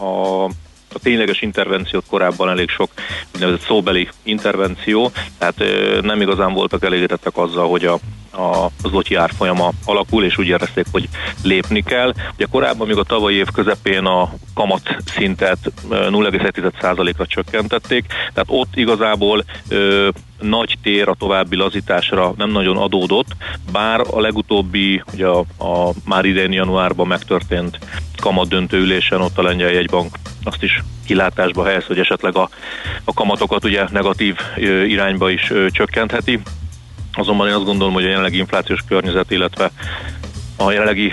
a tényleges intervenciót korábban elég sok úgynevezett szóbeli intervenció, tehát nem igazán voltak elégedettek azzal, hogy a zloty árfolyama alakul, és úgy érezték, hogy lépni kell. Ugye korábban, még a tavalyi év közepén a kamat szintet 0,1%-ra csökkentették, tehát ott igazából nagy tér a további lazításra nem nagyon adódott, bár a legutóbbi, ugye a már idén januárban megtörtént kamatdöntő ülésen ott a lengyel jegybank azt is kilátásba helyez, hogy esetleg a kamatokat ugye negatív irányba is csökkentheti. Azonban én azt gondolom, hogy a jelenlegi inflációs környezet, illetve a jelenlegi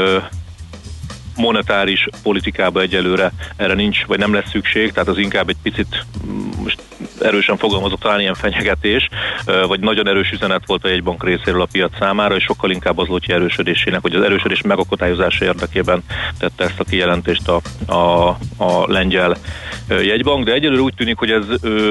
monetáris politikában egyelőre erre nincs, vagy nem lesz szükség, tehát az inkább egy picit, most erősen fogalmazok, talán ilyen fenyegetés, vagy nagyon erős üzenet volt a jegybank részéről a piac számára, és sokkal inkább az zloty erősödésének, hogy az erősödés megakadályozása érdekében tette ezt a kijelentést a lengyel jegybank, de egyelőre úgy tűnik, hogy ez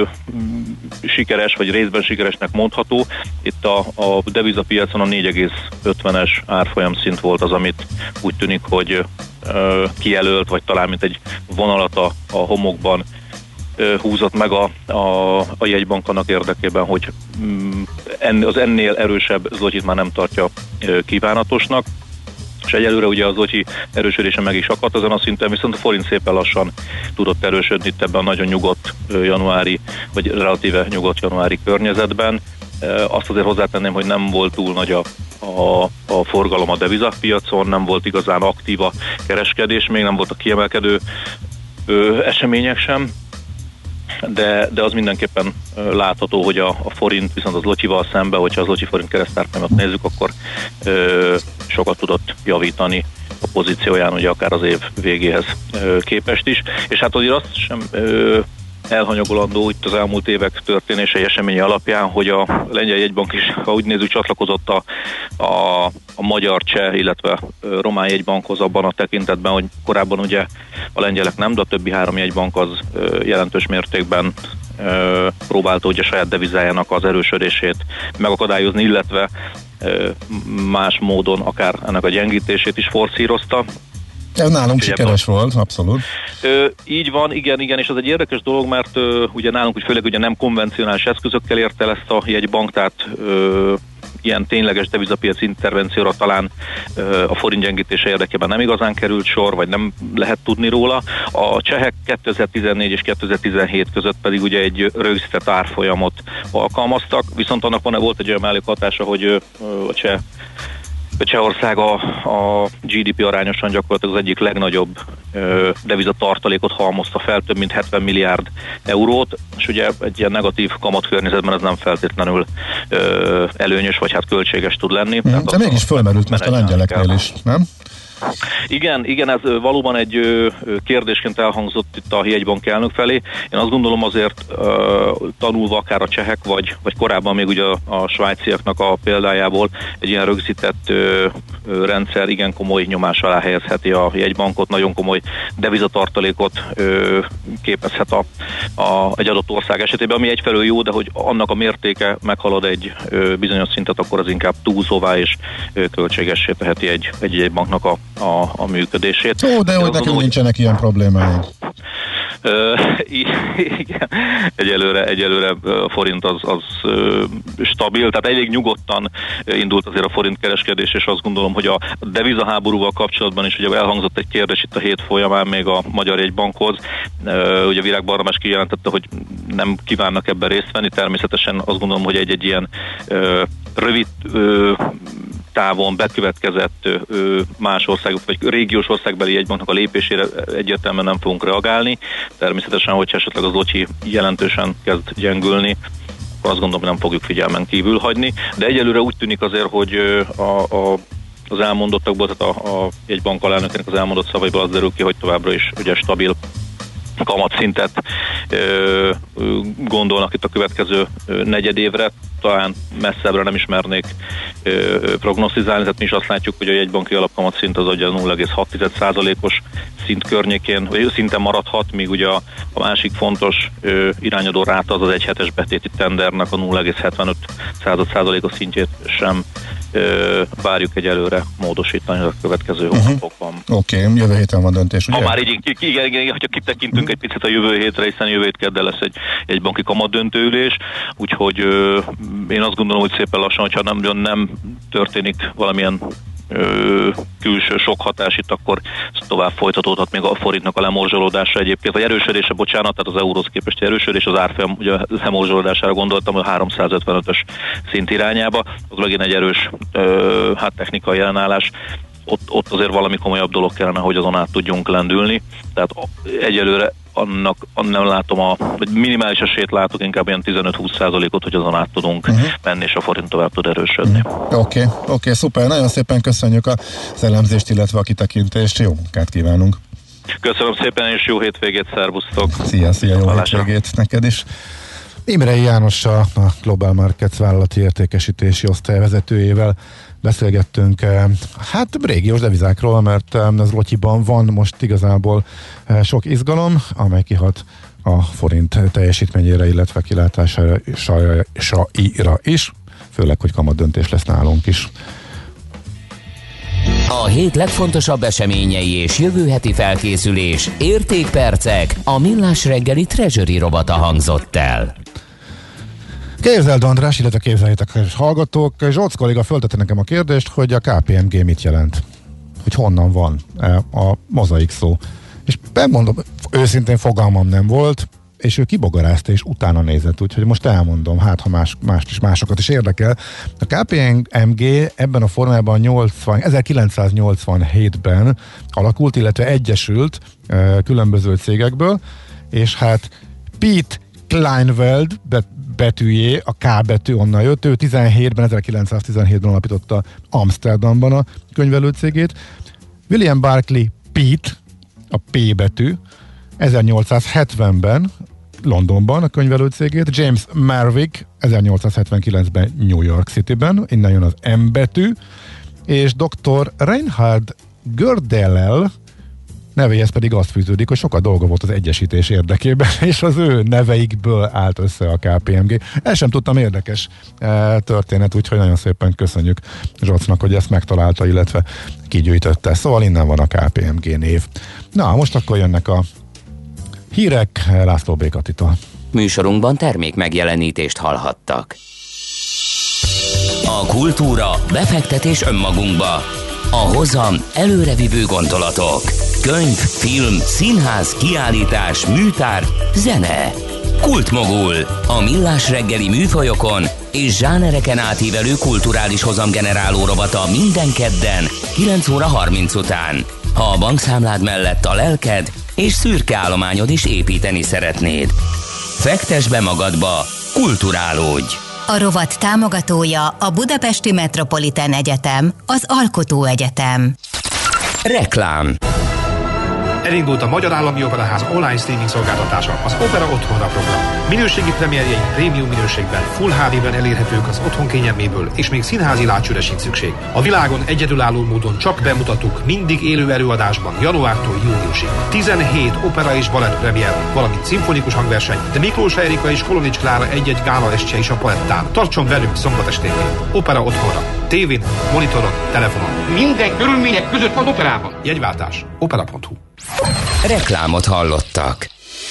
sikeres, vagy részben sikeresnek mondható. Itt a devizapiacon a 4,50-es árfolyam szint volt az, amit úgy tűnik, hogy kijelölt, vagy talán mint egy vonalat a homokban húzott meg a jegybank annak érdekében, hogy az ennél erősebb zlotyit már nem tartja kívánatosnak. És egyelőre ugye az zlotyi erősödése meg is akadt azon a szinten, viszont a forint szépen lassan tudott erősödni itt ebben a nagyon nyugodt januári, vagy relatíve nyugodt januári környezetben. Azt azért hozzátenném, hogy nem volt túl nagy a forgalom a devizapiacon, nem volt igazán aktív a kereskedés, még nem voltak kiemelkedő események sem, de az mindenképpen látható, hogy a forint viszont az zlotyival szemben, hogyha az zlotyi forint keresztárfolyamat nézzük, akkor sokat tudott javítani a pozícióján, ugye akár az év végéhez képest is. És hát azért azt sem elhanyagolandó itt az elmúlt évek történései eseményei alapján, hogy a lengyel jegybank is, ha úgy nézzük, csatlakozott a magyar, cseh, illetve román jegybankhoz abban a tekintetben, hogy korábban ugye a lengyelek nem, de a többi három jegybank az jelentős mértékben próbálta ugye saját devizájának az erősödését megakadályozni, illetve más módon akár ennek a gyengítését is forszírozta. Ez nálunk sikeres volt, abszolút. Így van, igen, és az egy érdekes dolog, mert ugye nálunk úgy főleg ugye nem konvencionális eszközökkel érte el ezt a jegybank, tehát ilyen tényleges devizapiac intervencióra talán a forint gyengítése érdekében nem igazán került sor, vagy nem lehet tudni róla. A csehek 2014 és 2017 között pedig ugye egy rögzített árfolyamot alkalmaztak, viszont annak volt egy olyan mellékhatása, hogy Csehország a GDP arányosan gyakorlatilag az egyik legnagyobb devizatartalékot halmozta fel, több mint 70 milliárd eurót, és ugye egy ilyen negatív kamatkörnyezetben ez nem feltétlenül előnyös, vagy hát költséges tud lenni. De mégis fölmerült most a lengyeleknél is, nem? Igen, ez valóban egy kérdésként elhangzott itt a jegybank elnök felé. Én azt gondolom azért tanulva akár a csehek, vagy korábban még ugye a svájciaknak a példájából egy ilyen rögzített rendszer igen komoly nyomás alá helyezheti a jegybankot, nagyon komoly devizatartalékot képezhet egy adott ország esetében, ami egyfelől jó, de hogy annak a mértéke meghalad egy bizonyos szintet, akkor az inkább túlzóvá és költségessé teheti egy banknak a működését. Ó, de hogy nekünk nincsenek ilyen problémáink. Igen, egyelőre a forint az stabil, tehát elég nyugodtan indult azért a forint kereskedés, és azt gondolom, hogy a devizaháborúval kapcsolatban is ugye elhangzott egy kérdés itt a hét folyamán még a Magyar Jegybankhoz. Ugye Virág Barnabás kijelentette, hogy nem kívánnak ebben részt venni, természetesen azt gondolom, hogy egy ilyen rövid távon bekövetkezett más országok, vagy régiós országbeli jegybanknak a lépésére egyértelműen nem fogunk reagálni. Természetesen, hogyha esetleg az zloty jelentősen kezd gyengülni, akkor azt gondolom, nem fogjuk figyelmen kívül hagyni. De egyelőre úgy tűnik azért, hogy az elmondottakból, tehát a jegybank alelnökének az elmondott szavaiból az derül ki, hogy továbbra is ugye stabil kamatszintet gondolnak itt a következő negyedévre, talán messzebbre nem is mernék prognosztizálni, tehát mi is azt látjuk, hogy a jegybanki alapkamatszint az ugye 0,6%-os szint környékén, vagy szinten maradhat, míg ugye a másik fontos irányadó ráta az egy hetes betéti tendernek a 0,75%-os szintjét sem várjuk egyelőre módosítani a következő hónapokban. Oké, jövő héten van döntés, ugye? Ha már így, igen, hogyha kitekintünk egy picit a jövő hétre, hiszen jövő hét kedden lesz egy banki kamatdöntőülés, úgyhogy én azt gondolom, hogy szépen lassan, hogyha nem történik valamilyen külső sok hatás itt, akkor tovább folytatódhat még a forintnak a lemorzsolódása egyébként, vagy erősödése, bocsánat, tehát az euróhoz képest erősödés, az árfolyam ugye lemorzsolódására gondoltam, a 355-ös szint irányába, az megint egy erős technikai ellenállás. Ott azért valami komolyabb dolog kellene, hogy azon át tudjunk lendülni, tehát egyelőre annak nem látom, vagy minimális esélyt látok, inkább ilyen 15-20%-ot, hogy azon át tudunk menni, és a forint tovább tud erősödni. Oké, szuper, nagyon szépen köszönjük a elemzést, illetve a kitekintést, jó munkát kívánunk! Köszönöm szépen, és jó hétvégét, szervusztok! Szia, jó hétvégét neked is! Imrei Jánossal, a Global Markets vállalati értékesítési osztály vezetőjével beszélgettünk régiós devizákról, mert az zlotyiban van most igazából sok izgalom, amely kihat a forint teljesítményére, illetve kilátására is, főleg, hogy kamatdöntés lesz nálunk is. A hét legfontosabb eseményei és jövő heti felkészülés, értékpercek, a Millás reggeli Treasury rovata hangzott el. Képzeld, András, illetve képzeljétek, hallgatók, Zsolc kolléga föltette nekem a kérdést, hogy a KPMG mit jelent, hogy honnan van a mozaik szó. És megmondom, őszintén fogalmam nem volt, és ő kibogarázta, és utána nézett, úgyhogy most elmondom, ha másokat is érdekel. A KPMG ebben a formában 1987-ben alakult, illetve egyesült különböző cégekből, és Pete Kleinveld betűjé, a K betű onnan jött, ő 1917-ben alapította Amsterdamban a könyvelőcégét. William Barclay Pete, a P betű, 1870-ben Londonban a könyvelőcégét, James Merwick 1879-ben New York Cityben, innen jön az M betű, és dr. Reinhard Gördellel nevéhez pedig azt fűződik, hogy sokat dolga volt az egyesítés érdekében, és az ő neveikből állt össze a KPMG. El sem tudtam, érdekes történet, úgyhogy nagyon szépen köszönjük Zsocnak, hogy ezt megtalálta, illetve kigyűjtötte. Szóval innen van a KPMG név. Na, most akkor jönnek a hírek László B. Katitól. Műsorunkban termék megjelenítést hallhattak. A kultúra, befektetés önmagunkba. A hozam előrevívő gondolatok. Könyv, film, színház, kiállítás, műtár, zene. Kultmogul. A Millás reggeli műfajokon és zsánereken átívelő kulturális hozamgeneráló rovata minden kedden 9 óra 30 után. Ha a bankszámlád mellett a lelked és szürke állományod is építeni szeretnéd. Fektess be magadba, kulturálódj! A rovat támogatója a Budapesti Metropolitán Egyetem, az Alkotó Egyetem. Reklám. Elindult a Magyar Állami Operaház online streaming szolgáltatása, az Opera Otthonra program. Minőségi premierjei prémium minőségben, Full HD-ben elérhetők az otthon kényelméből, és még színházi látsőre sincs szükség. A világon egyedülálló módon csak bemutatuk, mindig élő előadásban, januártól júniusig. 17 opera és balett premier, valamint szimfonikus hangverseny, de Miklós Erika és Kolonics Klára egy-egy gála estje is a palettán. Tartson velünk szombat esténként. Opera Otthonra. Tévén, monitoron, telefonon. Minden körülmények között van operában. Jegyváltás. Opera.hu. Reklámot hallottak.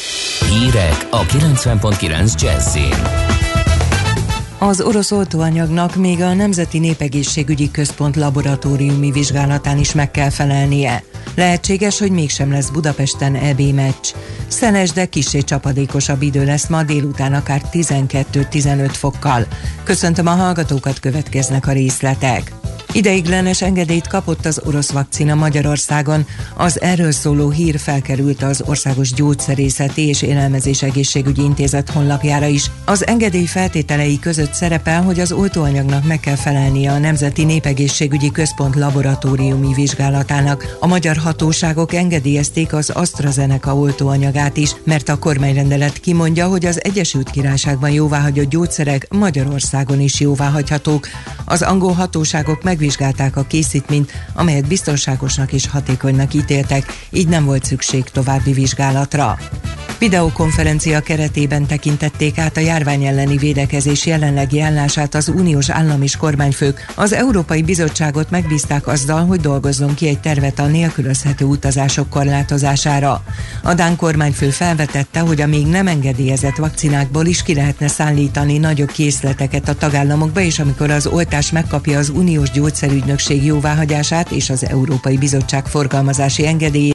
Hírek a 90.9 Jazzin. Az orosz oltóanyagnak még a Nemzeti Népegészségügyi Központ laboratóriumi vizsgálatán is meg kell felelnie. Lehetséges, hogy mégsem lesz Budapesten EB meccs. Szeles, de kissé csapadékosabb idő lesz ma délután, akár 12-15 fokkal. Köszöntöm a hallgatókat, következnek a részletek. Ideiglenes engedélyt kapott az orosz vakcina Magyarországon. Az erről szóló hír felkerült az Országos Gyógyszerészeti és Élelmezés Egészségügyi Intézet honlapjára is. Az engedély feltételei között szerepel, hogy az oltóanyagnak meg kell felelnie a Nemzeti Népegészségügyi Központ laboratóriumi vizsgálatának. A magyar hatóságok engedélyezték az AstraZeneca oltóanyagát is, mert a kormányrendelet kimondja, hogy az Egyesült Királyságban jóváhagyott gyógyszerek Magyarországon is jóváhagyhatók. Az angol hatóságok megvizsgálták a készítményt, amelyet biztonságosnak és hatékonynak ítéltek, így nem volt szükség további vizsgálatra. Videokonferencia keretében tekintették át a járvány elleni védekezés jelenlegi állását az uniós állam és kormányfők. Az Európai Bizottságot megbízták azzal, hogy dolgozzon ki egy tervet a nélkülözhető utazások korlátozására. A dán kormányfő felvetette, hogy a még nem engedélyezett vakcinákból is ki lehetne szállítani nagyobb készleteket a tagállamokba, és amikor az oltás megkapja az uniós gyógyszerügynökség jóváhagyását és az Európai Bizottság forgalmazási engedélyét,